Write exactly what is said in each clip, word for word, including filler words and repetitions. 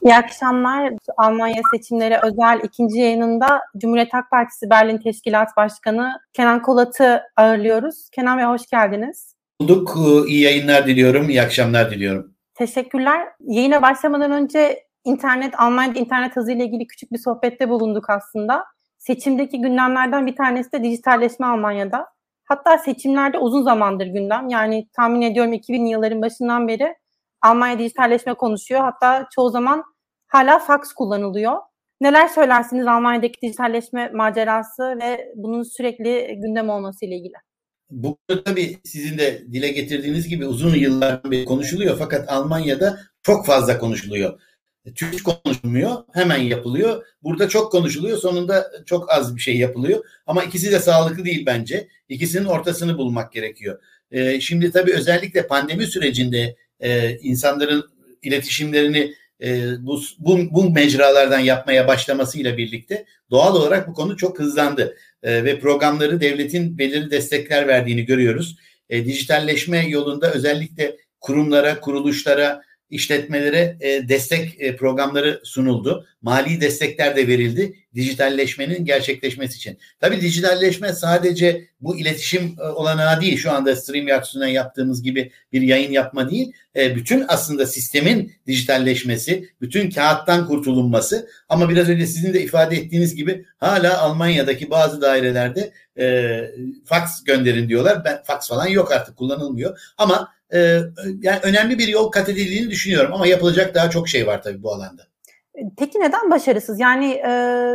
İyi akşamlar. Almanya seçimleri özel ikinci yayınında Cumhuriyet Halk Partisi Berlin Teşkilat Başkanı Kenan Kolat'ı ağırlıyoruz. Kenan Bey hoş geldiniz. Bulduk. İyi yayınlar diliyorum. İyi akşamlar diliyorum. Teşekkürler. Yayına başlamadan önce internet, Almanya'da internet hızıyla ilgili küçük bir sohbette bulunduk aslında. Seçimdeki gündemlerden bir tanesi de dijitalleşme Almanya'da. Hatta seçimlerde uzun zamandır gündem. Yani tahmin ediyorum iki binli yılların başından beri Almanya dijitalleşme konuşuyor. Hatta çoğu zaman hala fax kullanılıyor. Neler söylersiniz Almanya'daki dijitalleşme macerası ve bunun sürekli gündem olması ile ilgili? Bu tabii sizin de dile getirdiğiniz gibi uzun yıllardan beri konuşuluyor fakat Almanya'da çok fazla konuşuluyor. Türkçe konuşulmuyor, hemen yapılıyor. Burada çok konuşuluyor, sonunda çok az bir şey yapılıyor. Ama ikisi de sağlıklı değil bence. İkisinin ortasını bulmak gerekiyor. Ee, şimdi tabii özellikle pandemi sürecinde e, insanların iletişimlerini e, bu, bu, bu mecralardan yapmaya başlamasıyla birlikte doğal olarak bu konu çok hızlandı. E, ve programları devletin belirli destekler verdiğini görüyoruz. E, dijitalleşme yolunda özellikle kurumlara, kuruluşlara, işletmelere e, destek e, programları sunuldu. Mali destekler de verildi dijitalleşmenin gerçekleşmesi için. Tabii dijitalleşme sadece bu iletişim e, olanağı değil. Şu anda StreamYard üstünden yaptığımız gibi bir yayın yapma değil. E, bütün aslında sistemin dijitalleşmesi, bütün kağıttan kurtulunması ama biraz önce sizin de ifade ettiğiniz gibi hala Almanya'daki bazı dairelerde e, fax gönderin diyorlar. Ben fax falan yok artık kullanılmıyor. Ama e, yani önemli bir yol kat edildiğini düşünüyorum ama yapılacak daha çok şey var tabii bu alanda. Peki neden başarısız? Yani e,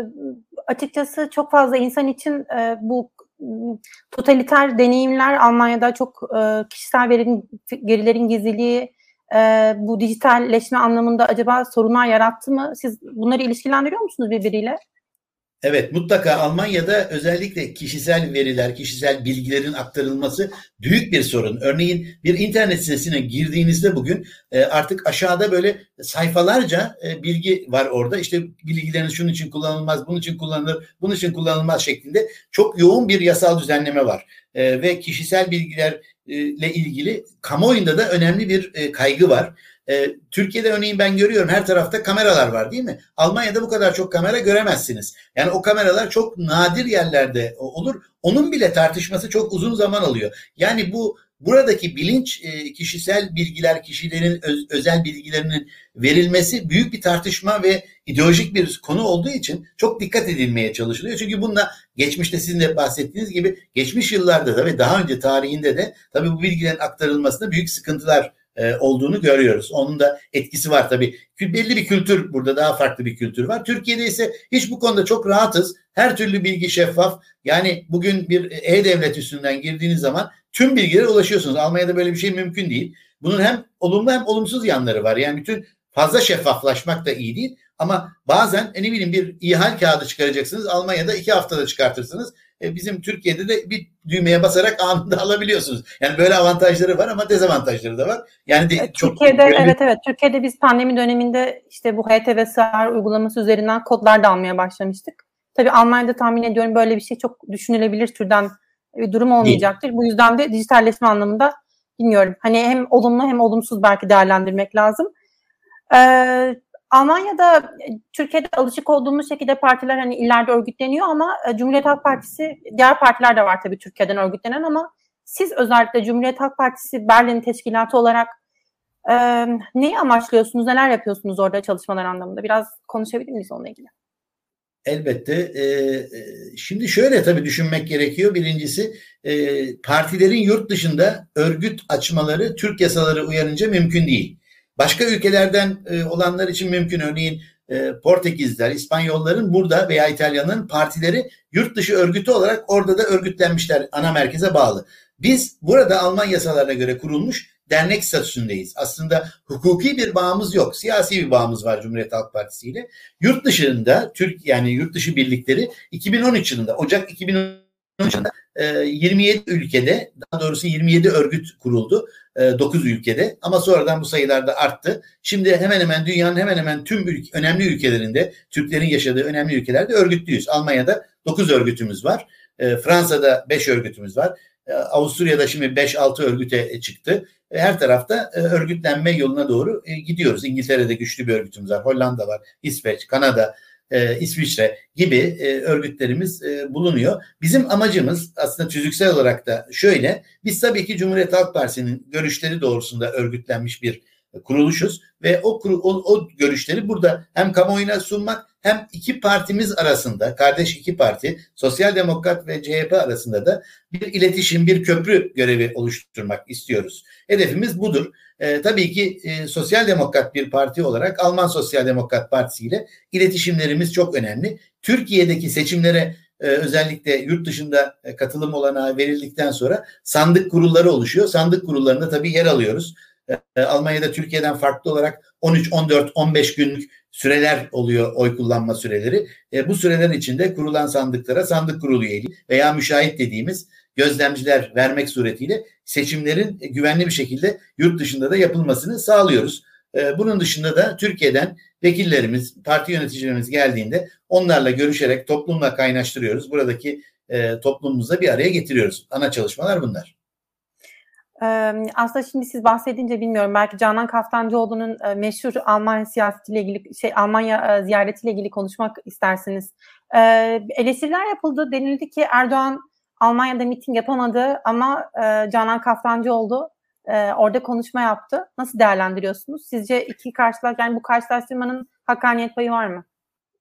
açıkçası çok fazla insan için e, bu totaliter deneyimler Almanya'da çok e, kişisel verinin, verilerin gizliliği e, bu dijitalleşme anlamında acaba sorunlar yarattı mı? Siz bunları ilişkilendiriyor musunuz birbiriyle? Evet, mutlaka Almanya'da özellikle kişisel veriler, kişisel bilgilerin aktarılması büyük bir sorun. Örneğin bir internet sitesine girdiğinizde bugün e, artık aşağıda böyle sayfalarca e, bilgi var orada. İşte bilgileriniz şunun için kullanılmaz, bunun için kullanılır, bunun için kullanılmaz şeklinde çok yoğun bir yasal düzenleme var. E, ve kişisel bilgilerle ilgili kamuoyunda da önemli bir e, kaygı var. Ee, Türkiye'de örneğin ben görüyorum her tarafta kameralar var değil mi? Almanya'da bu kadar çok kamera göremezsiniz. Yani o kameralar çok nadir yerlerde olur. Onun bile tartışması çok uzun zaman alıyor. Yani bu buradaki bilinç e, kişisel bilgiler, kişilerin öz, özel bilgilerinin verilmesi büyük bir tartışma ve ideolojik bir konu olduğu için çok dikkat edilmeye çalışılıyor. Çünkü bununla geçmişte sizin de bahsettiğiniz gibi geçmiş yıllarda da ve daha önce tarihinde de tabii bu bilgilerin aktarılmasında büyük sıkıntılar E, olduğunu görüyoruz. Onun da etkisi var tabii. Belli bir kültür burada daha farklı bir kültür var. Türkiye'de ise hiç bu konuda çok rahatız. Her türlü bilgi şeffaf. Yani bugün bir e-devlet üstünden girdiğiniz zaman tüm bilgilere ulaşıyorsunuz. Almanya'da böyle bir şey mümkün değil. Bunun hem olumlu hem olumsuz yanları var. Yani bütün fazla şeffaflaşmak da iyi değil. Ama bazen e, ne bileyim bir ihale kağıdı çıkaracaksınız. Almanya'da iki haftada çıkartırsınız. E, bizim Türkiye'de de bir düğmeye basarak anında alabiliyorsunuz. Yani böyle avantajları var ama dezavantajları da var. Yani de, evet, çok Türkiye'de önemli. evet evet Türkiye'de biz pandemi döneminde işte bu H T V S R uygulaması üzerinden kodlar da almaya başlamıştık. Tabii Almanya'da tahmin ediyorum böyle bir şey çok düşünülebilir türden bir durum olmayacaktır. Değil. Bu yüzden de dijitalleşme anlamında bilmiyorum. Hani hem olumlu hem olumsuz belki değerlendirmek lazım. Ee, Almanya'da Türkiye'de alışık olduğumuz şekilde partiler hani illerde örgütleniyor ama Cumhuriyet Halk Partisi, diğer partiler de var tabii Türkiye'den örgütlenen ama siz özellikle Cumhuriyet Halk Partisi Berlin Teşkilatı olarak e, neyi amaçlıyorsunuz, neler yapıyorsunuz orada çalışmalar anlamında? Biraz konuşabilir miyiz onunla ilgili? Elbette. Ee, şimdi şöyle tabii düşünmek gerekiyor. Birincisi e, partilerin yurt dışında örgüt açmaları Türk yasaları uyarınca mümkün değil. Başka ülkelerden e, olanlar için mümkün. Örneğin e, Portekizler, İspanyolların burada veya İtalyanların partileri yurt dışı örgütü olarak orada da örgütlenmişler. Ana merkeze bağlı. Biz burada Alman yasalarına göre kurulmuş dernek statüsündeyiz. Aslında hukuki bir bağımız yok. Siyasi bir bağımız var Cumhuriyet Halk Partisi ile. Yurt dışında Türk yani yurt dışı birlikleri iki bin on üç yılında Ocak iki bin on üç yılında yirmi yedi ülkede daha doğrusu yirmi yedi örgüt kuruldu. dokuz ülkede ama sonradan bu sayılar da arttı. Şimdi hemen hemen dünyanın hemen hemen tüm ülke, önemli ülkelerinde Türklerin yaşadığı önemli ülkelerde örgütlüyüz. Almanya'da dokuz örgütümüz var. E, Fransa'da beş örgütümüz var. E, Avusturya'da şimdi beş altı örgüte çıktı. E, her tarafta e, örgütlenme yoluna doğru e, gidiyoruz. İngiltere'de güçlü bir örgütümüz var. Hollanda var, İsveç, Kanada, e, İsviçre gibi e, örgütlerimiz e, bulunuyor. Bizim amacımız aslında tüzüksel olarak da şöyle. Biz tabii ki Cumhuriyet Halk Partisi'nin görüşleri doğrusunda örgütlenmiş bir kuruluşuz ve o, o, o görüşleri burada hem kamuoyuna sunmak hem iki partimiz arasında, kardeş iki parti, Sosyal Demokrat ve C H P arasında da bir iletişim, bir köprü görevi oluşturmak istiyoruz. Hedefimiz budur. Ee, tabii ki e, Sosyal Demokrat bir parti olarak Alman Sosyal Demokrat Partisi ile iletişimlerimiz çok önemli. Türkiye'deki seçimlere e, özellikle yurt dışında e, katılım olanağı verildikten sonra sandık kurulları oluşuyor. Sandık kurullarında tabii yer alıyoruz. Almanya'da Türkiye'den farklı olarak on üç, on dört, on beş günlük süreler oluyor, oy kullanma süreleri. E, bu süreler içinde kurulan sandıklara sandık kurulu üyeliği veya müşahit dediğimiz gözlemciler vermek suretiyle seçimlerin güvenli bir şekilde yurt dışında da yapılmasını sağlıyoruz. E, bunun dışında da Türkiye'den vekillerimiz, parti yöneticilerimiz geldiğinde onlarla görüşerek toplumla kaynaştırıyoruz. Buradaki e, toplumumuza bir araya getiriyoruz. Ana çalışmalar bunlar. Aslında şimdi siz bahsedince bilmiyorum, belki Canan Kaftancıoğlu'nun meşhur Almanya siyasetiyle ilgili şey Almanya ziyaretiyle ilgili konuşmak istersiniz. Eleştiriler yapıldı. Denildi ki Erdoğan Almanya'da miting yapamadı ama Canan Kaftancıoğlu orada konuşma yaptı. Nasıl değerlendiriyorsunuz? Sizce iki karşılaş yani bu karşılaştırmanın hakkaniyet payı var mı?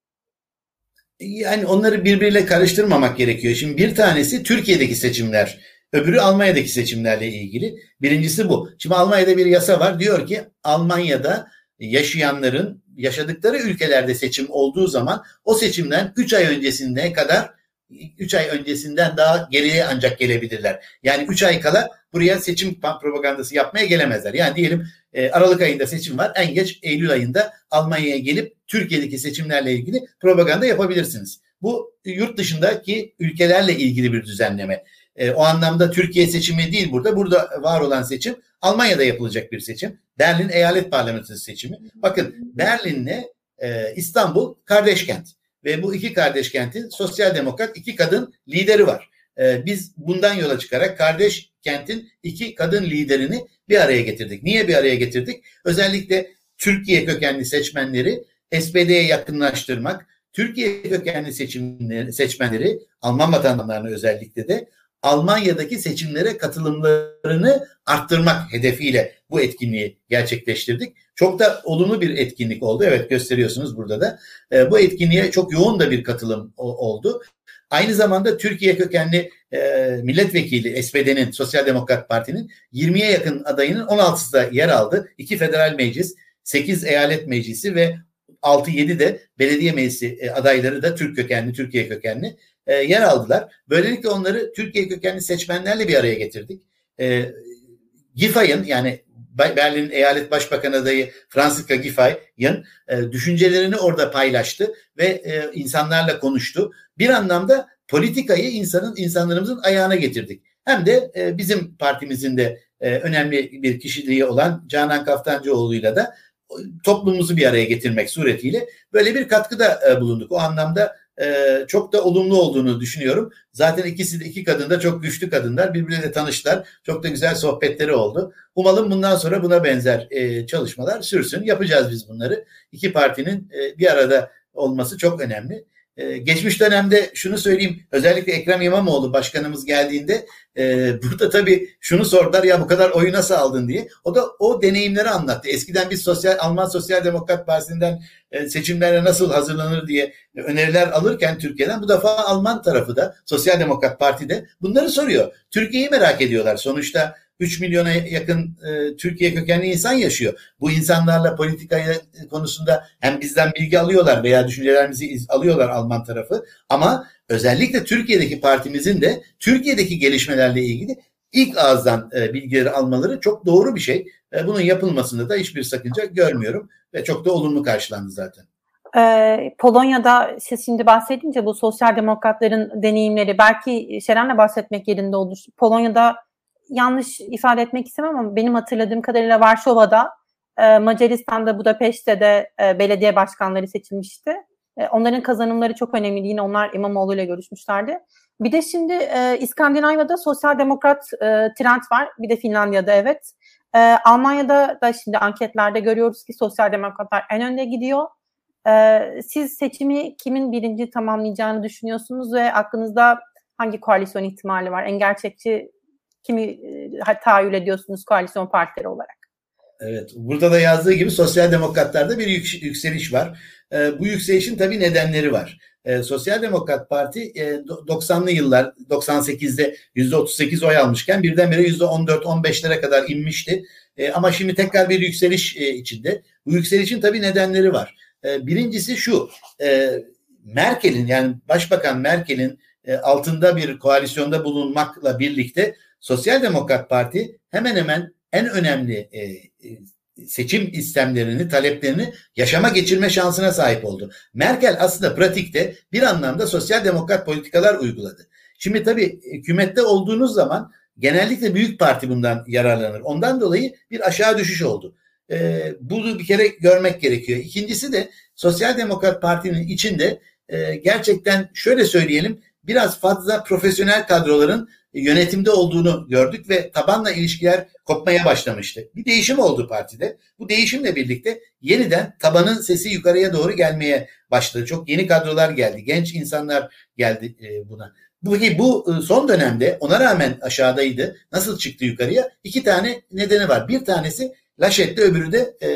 Yani onları birbiriyle karıştırmamak gerekiyor. Şimdi bir tanesi Türkiye'deki seçimler. Öbürü Almanya'daki seçimlerle ilgili. Birincisi bu. Şimdi Almanya'da bir yasa var. Diyor ki Almanya'da yaşayanların yaşadıkları ülkelerde seçim olduğu zaman o seçimden üç ay öncesine kadar üç ay öncesinden daha geriye ancak gelebilirler. Yani üç ay kala buraya seçim propagandası yapmaya gelemezler. Yani diyelim Aralık ayında seçim var. En geç Eylül ayında Almanya'ya gelip Türkiye'deki seçimlerle ilgili propaganda yapabilirsiniz. Bu yurt dışındaki ülkelerle ilgili bir düzenleme. E, o anlamda Türkiye seçimi değil burada. Burada var olan seçim Almanya'da yapılacak bir seçim. Berlin Eyalet Parlamentosu seçimi. Bakın Berlin'le e, İstanbul kardeş kent. Ve bu iki kardeş kentin sosyal demokrat iki kadın lideri var. E, biz bundan yola çıkarak kardeş kentin iki kadın liderini bir araya getirdik. Niye bir araya getirdik? Özellikle Türkiye kökenli seçmenleri S P D'ye yakınlaştırmak, Türkiye kökenli seçimleri, seçmenleri, Alman vatandaşlarını özellikle de Almanya'daki seçimlere katılımlarını arttırmak hedefiyle bu etkinliği gerçekleştirdik. Çok da olumlu bir etkinlik oldu. Evet, gösteriyorsunuz burada da. E, bu etkinliğe çok yoğun da bir katılım o, oldu. Aynı zamanda Türkiye kökenli e, milletvekili S P D'nin, Sosyal Demokrat Parti'nin yirmiye yakın adayının on altısı da yer aldı. iki federal meclis, sekiz eyalet meclisi ve altı yedi de belediye meclisi e, adayları da Türk kökenli, Türkiye kökenli e, yer aldılar. Böylelikle onları Türkiye kökenli seçmenlerle bir araya getirdik. E, Giffey'in yani Berlin Eyalet Başbakan adayı Franziska Giffey'in e, düşüncelerini orada paylaştı ve e, insanlarla konuştu. Bir anlamda politikayı insanın insanlarımızın ayağına getirdik. Hem de e, bizim partimizin de e, önemli bir kişiliği olan Canan Kaftancıoğlu'yla da toplumumuzu bir araya getirmek suretiyle böyle bir katkıda e, bulunduk. O anlamda e, çok da olumlu olduğunu düşünüyorum. Zaten ikisi de iki kadın da çok güçlü kadınlar. Birbirleriyle tanıştılar. Çok da güzel sohbetleri oldu. Umalım bundan sonra buna benzer e, çalışmalar sürsün. Yapacağız biz bunları. İki partinin e, bir arada olması çok önemli. Ee, geçmiş dönemde şunu söyleyeyim, özellikle Ekrem İmamoğlu başkanımız geldiğinde e, burada tabii şunu sordular, ya bu kadar oyu nasıl aldın diye. O da o deneyimleri anlattı. Eskiden biz sosyal Alman Sosyal Demokrat Partisi'nden e, seçimlere nasıl hazırlanır diye öneriler alırken Türkiye'den, bu defa Alman tarafı da Sosyal Demokrat Parti'de bunları soruyor. Türkiye'yi merak ediyorlar. Sonuçta üç milyona yakın e, Türkiye kökenli insan yaşıyor. Bu insanlarla politika konusunda hem bizden bilgi alıyorlar veya düşüncelerimizi alıyorlar Alman tarafı, ama özellikle Türkiye'deki partimizin de Türkiye'deki gelişmelerle ilgili ilk ağızdan e, bilgileri almaları çok doğru bir şey. E, bunun yapılmasında da hiçbir sakınca görmüyorum ve çok da olumlu karşılandı zaten. Ee, Polonya'da siz şimdi bahsedince bu sosyal demokratların deneyimleri, belki Şeren'le bahsetmek yerinde olur. Polonya'da, yanlış ifade etmek istemem ama benim hatırladığım kadarıyla Varşova'da, e, Macaristan'da, Budapeşte'de e, belediye başkanları seçilmişti. E, onların kazanımları çok önemli. Yine onlar İmamoğlu ile görüşmüşlerdi. Bir de şimdi e, İskandinavya'da sosyal demokrat e, trend var. Bir de Finlandiya'da evet. E, Almanya'da da şimdi anketlerde görüyoruz ki sosyal demokratlar en önde gidiyor. E, siz seçimi kimin birinci tamamlayacağını düşünüyorsunuz ve aklınızda hangi koalisyon ihtimali var? En gerçekçi kimi e, tahayyül ediyorsunuz koalisyon partileri olarak? Evet, burada da yazdığı gibi sosyal demokratlarda bir yük, yükseliş var. E, bu yükselişin tabii nedenleri var. E, Sosyal Demokrat Parti e, doksanlı yıllar doksan sekizde yüzde otuz sekiz oy almışken birdenbire yüzde on dört on beşlere kadar inmişti. E, ama şimdi tekrar bir yükseliş e, içinde. Bu yükselişin tabii nedenleri var. E, birincisi şu, e, Merkel'in yani Başbakan Merkel'in e, altında bir koalisyonda bulunmakla birlikte Sosyal Demokrat Parti hemen hemen en önemli e, seçim istemlerini, taleplerini yaşama geçirme şansına sahip oldu. Merkel aslında pratikte bir anlamda sosyal demokrat politikalar uyguladı. Şimdi tabii hükümette olduğunuz zaman genellikle büyük parti bundan yararlanır. Ondan dolayı bir aşağı düşüş oldu. E, bunu bir kere görmek gerekiyor. İkincisi de Sosyal Demokrat Parti'nin içinde e, gerçekten şöyle söyleyelim, biraz fazla profesyonel kadroların yönetimde olduğunu gördük ve tabanla ilişkiler kopmaya başlamıştı. Bir değişim oldu partide. Bu değişimle birlikte yeniden tabanın sesi yukarıya doğru gelmeye başladı. Çok yeni kadrolar geldi. Genç insanlar geldi buna. Bu, bu son dönemde ona rağmen aşağıdaydı. Nasıl çıktı yukarıya? İki tane nedeni var. Bir tanesi Laşet'le, öbürü de e,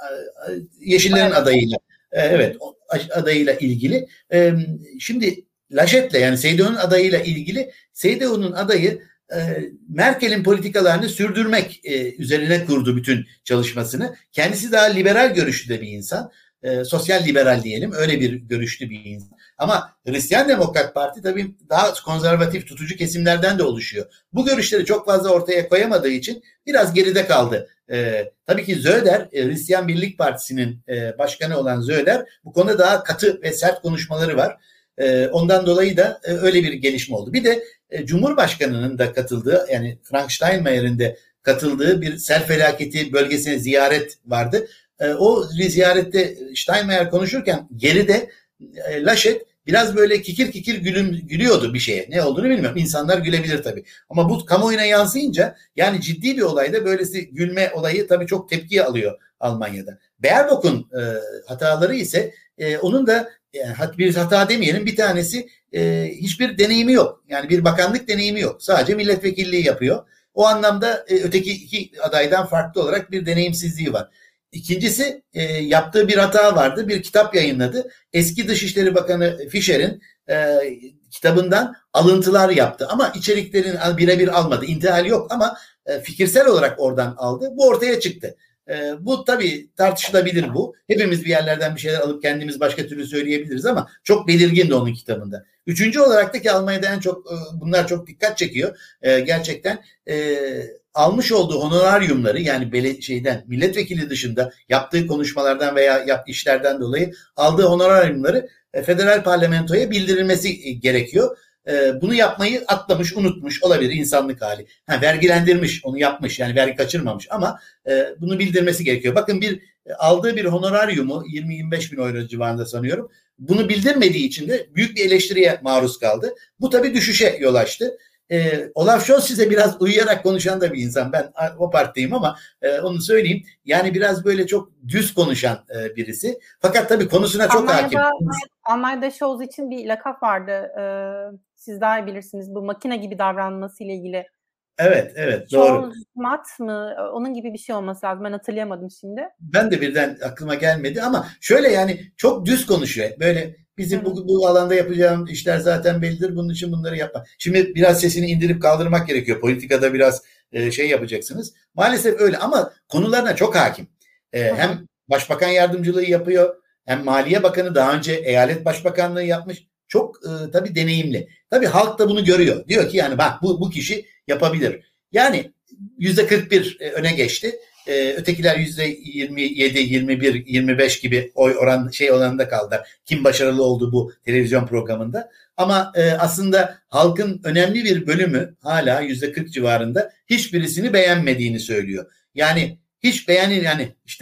Yeşillerin evet. adayıyla. E, evet, adayıyla ilgili. E, şimdi Laşet'le yani S D O'nun adayıyla ilgili S D O'nun adayı e, Merkel'in politikalarını sürdürmek e, üzerine kurdu bütün çalışmasını. Kendisi daha liberal görüşlü de bir insan. E, sosyal liberal diyelim, öyle bir görüşlü bir insan. Ama Hristiyan Demokrat Parti tabii daha konservatif tutucu kesimlerden de oluşuyor. Bu görüşleri çok fazla ortaya koyamadığı için biraz geride kaldı. E, tabii ki Söder, e, Hristiyan Birlik Partisi'nin e, başkanı olan Söder bu konuda daha katı ve sert konuşmaları var. Ondan dolayı da öyle bir gelişme oldu. Bir de Cumhurbaşkanı'nın da katıldığı, yani Frank Steinmeier'in de katıldığı bir sel felaketi bölgesine ziyaret vardı. O ziyarette Steinmeier konuşurken geride Laschet biraz böyle kikir kikir gülüm, gülüyordu bir şeye. Ne olduğunu bilmiyorum. İnsanlar gülebilir tabii. Ama bu kamuoyuna yansıyınca yani ciddi bir olayda böylesi gülme olayı tabii çok tepki alıyor Almanya'da. Baerbock'un e, hataları ise e, onun da yani bir hata demeyelim, bir tanesi e, hiçbir deneyimi yok. Yani bir bakanlık deneyimi yok. Sadece milletvekilliği yapıyor. O anlamda e, öteki iki adaydan farklı olarak bir deneyimsizliği var. İkincisi e, yaptığı bir hata vardı. Bir kitap yayınladı. Eski Dışişleri Bakanı Fischer'in e, kitabından alıntılar yaptı. Ama içeriklerini birebir almadı. İntihal yok ama e, fikirsel olarak oradan aldı. Bu ortaya çıktı. E, bu tabii tartışılabilir bu. Hepimiz bir yerlerden bir şeyler alıp kendimiz başka türlü söyleyebiliriz ama çok belirgin de onun kitabında. Üçüncü olarak da ki Almanya'da en çok e, bunlar çok dikkat çekiyor. E, gerçekten e, almış olduğu honoraryumları yani bele, şeyden milletvekili dışında yaptığı konuşmalardan veya yap, işlerden dolayı aldığı honoraryumları e, federal parlamentoya bildirilmesi e, gerekiyor. E, bunu yapmayı atlamış, unutmuş olabilir, insanlık hali. Ha, vergilendirmiş, onu yapmış yani vergi kaçırmamış ama e, bunu bildirmesi gerekiyor. Bakın bir e, aldığı bir honoraryumu yirmi yirmi beş bin euro civarında sanıyorum. Bunu bildirmediği için de büyük bir eleştiriye maruz kaldı. Bu tabii düşüşe yol açtı. E, Olaf Scholz size biraz uyuyarak konuşan da bir insan. Ben o partideyim ama e, onu söyleyeyim. Yani biraz böyle çok düz konuşan e, birisi. Fakat tabii konusuna çok Almanya'da, hakim. Almanya'da Scholz için bir lakap vardı. E, siz daha iyi bilirsiniz. Bu makine gibi davranması ile ilgili. Evet, evet, doğru. Scholz mat mı? Onun gibi bir şey olması lazım. Ben hatırlayamadım şimdi. Ben de birden aklıma gelmedi ama şöyle yani çok düz konuşuyor. Böyle bizim bu, bu alanda yapacağım işler zaten bellidir. Bunun için bunları yapma. Şimdi biraz sesini indirip kaldırmak gerekiyor. Politikada biraz e, şey yapacaksınız. Maalesef öyle ama konularına çok hakim. E, hem başbakan yardımcılığı yapıyor, hem Maliye Bakanı, daha önce eyalet başbakanlığı yapmış. Çok e, tabii deneyimli. Tabii halk da bunu görüyor. Diyor ki yani bak bu bu kişi yapabilir. Yani yüzde kırk bir öne geçti. Ee, ötekiler yüzde yirmi yedi, yirmi bir, yirmi beş gibi oy oran şey oranında kaldılar. Kim başarılı oldu bu televizyon programında? Ama e, aslında halkın önemli bir bölümü hala yüzde kırk civarında hiçbirisini beğenmediğini söylüyor. Yani hiç beğenir yani işte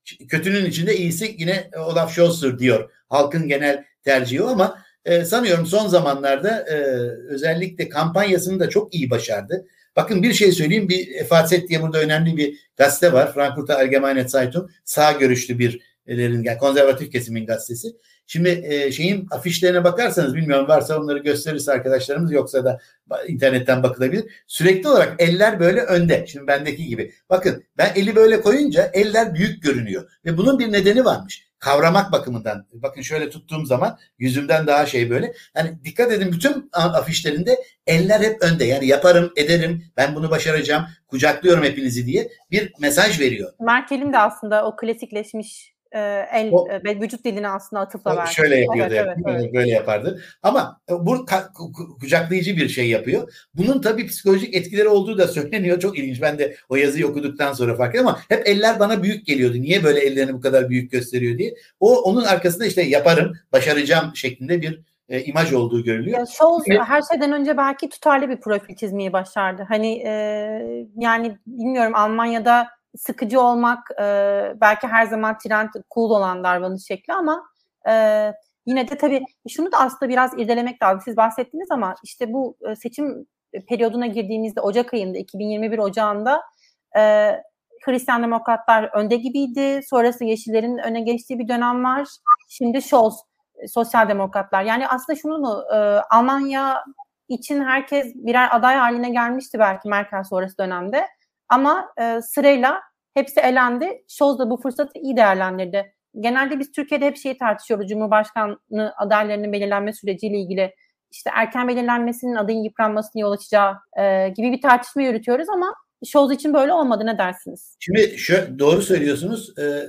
kötünün içinde iyisi yine Olaf Scholz'tur diyor. Halkın genel tercihi o ama e, sanıyorum son zamanlarda e, özellikle kampanyasını da çok iyi başardı. Bakın bir şey söyleyeyim. Bir F A Z diye burada önemli bir gazete var. Frankfurter Allgemeine Zeitung. Sağ görüşlü bir yani konservatif kesimin gazetesi. Şimdi e, şeyin afişlerine bakarsanız bilmiyorum varsa onları gösterirse arkadaşlarımız yoksa da internetten bakılabilir. Sürekli olarak eller böyle önde. Şimdi bendeki gibi. Bakın ben eli böyle koyunca eller büyük görünüyor. Ve bunun bir nedeni varmış. Kavramak bakımından. Bakın şöyle tuttuğum zaman yüzümden daha şey böyle. Yani dikkat edin bütün afişlerinde eller hep önde. Yani yaparım, ederim, ben bunu başaracağım, kucaklıyorum hepinizi diye bir mesaj veriyor. Merkel'in de aslında o klasikleşmiş e, el o, ve vücut dilini aslında atıfla verdi. Şöyle yapıyordu. Evet, Evet, evet, evet. Böyle yapardı. Ama bu kucaklayıcı bir şey yapıyor. Bunun tabii psikolojik etkileri olduğu da söyleniyor. Çok ilginç. Ben de o yazıyı okuduktan sonra fark ettim ama hep eller bana büyük geliyordu. Niye böyle ellerini bu kadar büyük gösteriyor diye. O onun arkasında işte yaparım, başaracağım şeklinde bir e, imaj olduğu görülüyor. Ya Scholz evet. Her şeyden önce belki tutarlı bir profil çizmeyi başardı. Hani e, yani bilmiyorum Almanya'da sıkıcı olmak e, belki her zaman trend, cool olan davranış şekli ama e, yine de tabii şunu da aslında biraz irdelemek lazım. Siz bahsettiniz ama işte bu seçim periyoduna girdiğimizde Ocak ayında iki bin yirmi bir Ocağı'nda e, Hristiyan Demokratlar önde gibiydi. Sonrası Yeşillerin öne geçtiği bir dönem var. Şimdi Scholz, Sosyal Demokratlar. Yani aslında şunu mu e, Almanya için herkes birer aday haline gelmişti belki Merkel sonrası dönemde. Ama e, sırayla hepsi elendi. Scholz da bu fırsatı iyi değerlendirdi. Genelde biz Türkiye'de hep şeyi tartışıyoruz. Cumhurbaşkanlığı adaylarının belirlenme süreciyle ilgili işte erken belirlenmesinin adayın yıpranmasına yol açacağı e, gibi bir tartışma yürütüyoruz ama Scholz için böyle olmadı. Ne dersiniz? Şimdi şu, doğru söylüyorsunuz. Ee,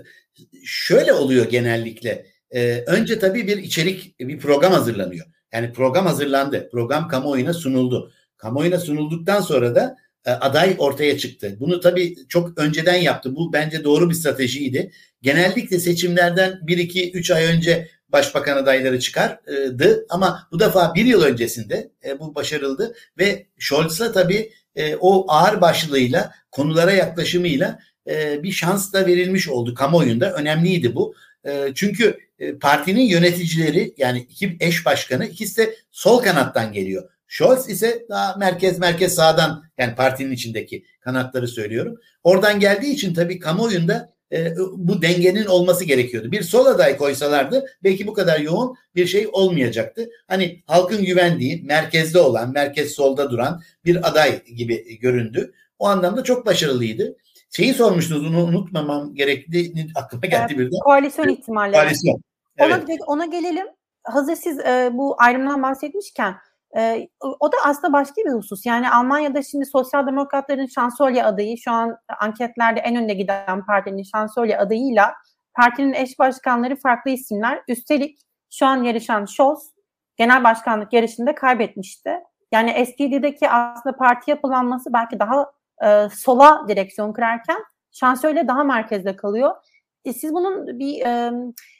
şöyle oluyor genellikle. Ee, önce tabii bir içerik, bir program hazırlanıyor. Yani program hazırlandı. Program kamuoyuna sunuldu. Kamuoyuna sunulduktan sonra da aday ortaya çıktı. Bunu tabii çok önceden yaptı. Bu bence doğru bir stratejiydi. Genellikle seçimlerden bir iki üç ay önce başbakan adayları çıkardı ama bu defa bir yıl öncesinde bu başarıldı ve Scholz'a tabii o ağır başlılığıyla, konulara yaklaşımıyla bir şans da verilmiş oldu kamuoyunda. Önemliydi bu. Çünkü partinin yöneticileri yani iki eş başkanı ikisi de sol kanattan geliyor. Scholz ise daha merkez merkez sağdan yani partinin içindeki kanatları söylüyorum. Oradan geldiği için tabii kamuoyunda e, bu dengenin olması gerekiyordu. Bir sol aday koysalardı belki bu kadar yoğun bir şey olmayacaktı. Hani halkın güvendiği, merkezde olan, merkez solda duran bir aday gibi göründü. O anlamda çok başarılıydı. Şeyi sormuştunuz, onu unutmamam gerekli aklıma geldi birden. Koalisyon ihtimalleri. Koalisyon. Evet. Ona, ona gelelim. Hazır siz e, bu ayrımdan bahsetmişken Ee, o da aslında başka bir husus. Yani Almanya'da şimdi Sosyal Demokratların şansölye adayı şu an anketlerde en önde giden partinin şansölye adayıyla partinin eş başkanları farklı isimler. Üstelik şu an yarışan Scholz genel başkanlık yarışında kaybetmişti. Yani S P D'deki aslında parti yapılanması belki daha e, sola direksiyon kırarken şansölye daha merkezde kalıyor. E, siz bunun bir e,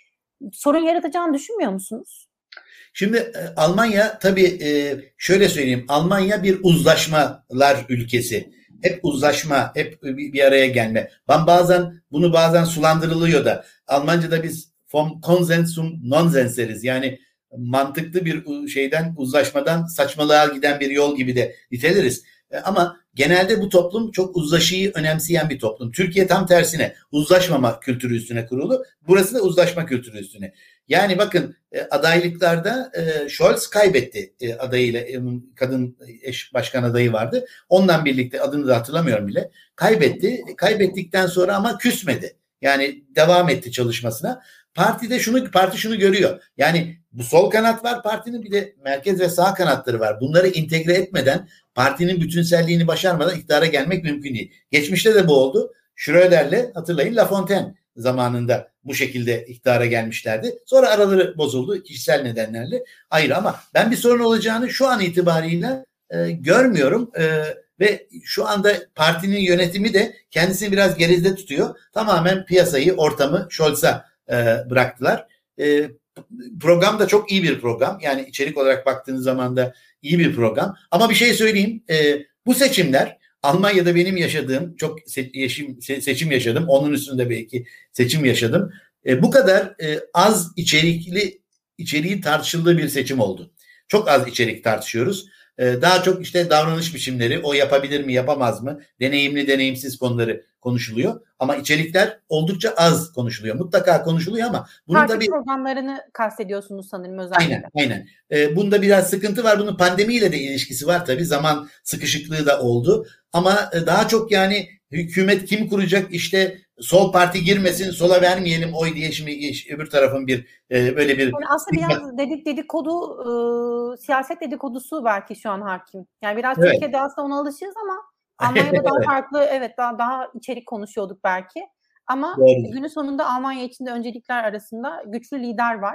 sorun yaratacağını düşünmüyor musunuz? Şimdi Almanya tabii şöyle söyleyeyim. Almanya bir uzlaşmalar ülkesi. Hep uzlaşma, hep bir araya gelme. Ben bazen bunu bazen sulandırılıyor da. Almanca'da biz vom Konsens zum Nonsens deriz. Yani mantıklı bir şeyden, uzlaşmadan saçmalığa giden bir yol gibi de niteleriz. Ama genelde bu toplum çok uzlaşıyı önemseyen bir toplum. Türkiye tam tersine uzlaşmama kültürü üstüne kurulu. Burası da uzlaşma kültürü üstüne. Yani bakın adaylıklarda Scholz kaybetti adayıyla, kadın eş başkan adayı vardı. Ondan birlikte adını da hatırlamıyorum bile. Kaybetti. Kaybettikten sonra ama küsmedi. Yani devam etti çalışmasına. Partide şunu parti şunu görüyor. Yani bu sol kanat var partinin, bir de merkez ve sağ kanatları var. Bunları integre etmeden, partinin bütünselliğini başarmadan iktidara gelmek mümkün değil. Geçmişte de bu oldu. Schröder'le hatırlayın Lafontaine zamanında bu şekilde iktidara gelmişlerdi. Sonra araları bozuldu kişisel nedenlerle ayrı, ama ben bir sorun olacağını şu an itibariyle e, görmüyorum. E, ve şu anda partinin yönetimi de kendisini biraz geride tutuyor. Tamamen piyasayı, ortamı Scholz'a e, bıraktılar. E, program da çok iyi bir program. Yani içerik olarak baktığınız zaman da iyi bir program. Ama bir şey söyleyeyim. E, bu seçimler Almanya'da benim yaşadığım, çok seçim, seçim yaşadım. Onun üstünde belki seçim yaşadım. E, bu kadar e, az içerikli içeriği tartışıldığı bir seçim oldu. Çok az içerik tartışıyoruz. E, daha çok işte davranış biçimleri, o yapabilir mi, yapamaz mı, deneyimli, deneyimsiz konuları konuşuluyor. Ama içerikler oldukça az konuşuluyor. Mutlaka konuşuluyor ama bunun Takip tabii programlarını kastediyorsunuz sanırım özellikle. Aynen, aynen. E, bunda biraz sıkıntı var. Bunun pandemiyle de ilişkisi var tabii. Zaman sıkışıklığı da oldu. Ama e, daha çok yani hükümet kim kuracak, işte sol parti girmesin, sola vermeyelim oy diye şimdi öbür tarafın bir e, böyle bir... Yani aslında biraz dedik dedikodu, e, siyaset dedikodusu belki şu an hakim. Yani biraz Evet. Türkiye'de aslında ona alışığız ama Almanya'da daha farklı, evet daha daha içerik konuşuyorduk belki. Ama Doğru. günün sonunda Almanya içinde öncelikler arasında güçlü lider var.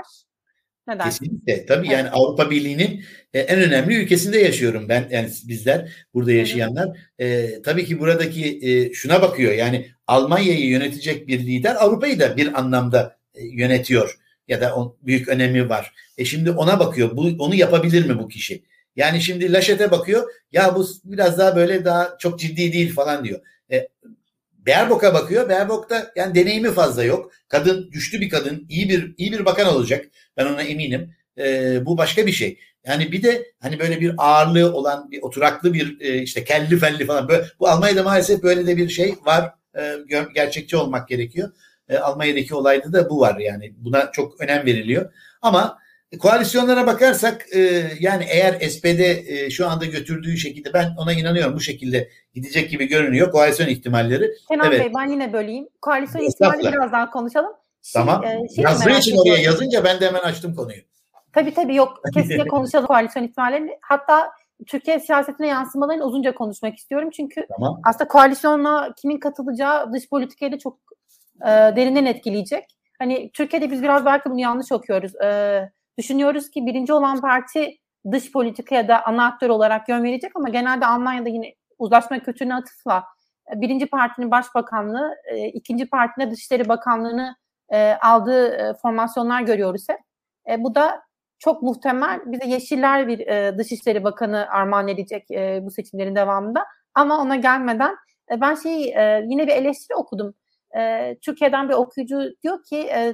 Ne dersin? Kesinlikle. Tabii Evet. yani Avrupa Birliği'nin e, en önemli ülkesinde yaşıyorum ben. Yani bizler, burada yaşayanlar. E, tabii ki buradaki e, şuna bakıyor. Yani Almanya'yı yönetecek bir lider Avrupa'yı da bir anlamda e, yönetiyor. Ya da o, büyük önemi var. E şimdi ona bakıyor. Bu, onu yapabilir mi bu kişi? Yani şimdi Laschet'e bakıyor. Ya bu biraz daha böyle daha çok ciddi değil falan diyor. E, Baerbock'a bakıyor. Baerbock'ta yani deneyimi fazla yok. Kadın, güçlü bir kadın, iyi bir iyi bir bakan olacak. Ben ona eminim. Ee, bu başka bir şey. Yani bir de hani böyle bir ağırlığı olan, bir oturaklı bir e, işte kelli felli falan. Böyle, bu Almanya'da maalesef böyle de bir şey var. Ee, gerçekçi olmak gerekiyor. Ee, Almanya'daki olayda da bu var yani. Buna çok önem veriliyor. Ama koalisyonlara bakarsak e, yani eğer S P D e, şu anda götürdüğü şekilde, ben ona inanıyorum, bu şekilde gidecek gibi görünüyor koalisyon ihtimalleri. Kenan Evet. Bey, ben yine böleyim. Koalisyon ihtimali biraz daha konuşalım. Şey, Tamam. E, şey Yazdığı için oraya yazınca ben de hemen açtım konuyu. Tabii tabii yok. Kesinlikle konuşalım koalisyon ihtimallerini. Hatta Türkiye siyasetine yansımalarını uzunca konuşmak istiyorum. Çünkü Tamam. aslında koalisyonla kimin katılacağı dış politikayı da çok e, derinden etkileyecek. Hani Türkiye'de biz biraz belki bunu yanlış okuyoruz. E, düşünüyoruz ki birinci olan parti dış politikaya da ana aktör olarak yön verecek ama genelde Almanya'da yine uzlaşma kültürüne atıfla e, birinci partinin başbakanlığı, e, ikinci partinin Dışişleri Bakanlığı'nı e, aldığı e, formasyonlar görüyoruz hep. E, bu da çok muhtemel bize Yeşiller bir e, Dışişleri Bakanı armağan edecek e, bu seçimlerin devamında. Ama ona gelmeden e, ben şey e, yine bir eleştiri okudum. E, Türkiye'den bir okuyucu diyor ki e,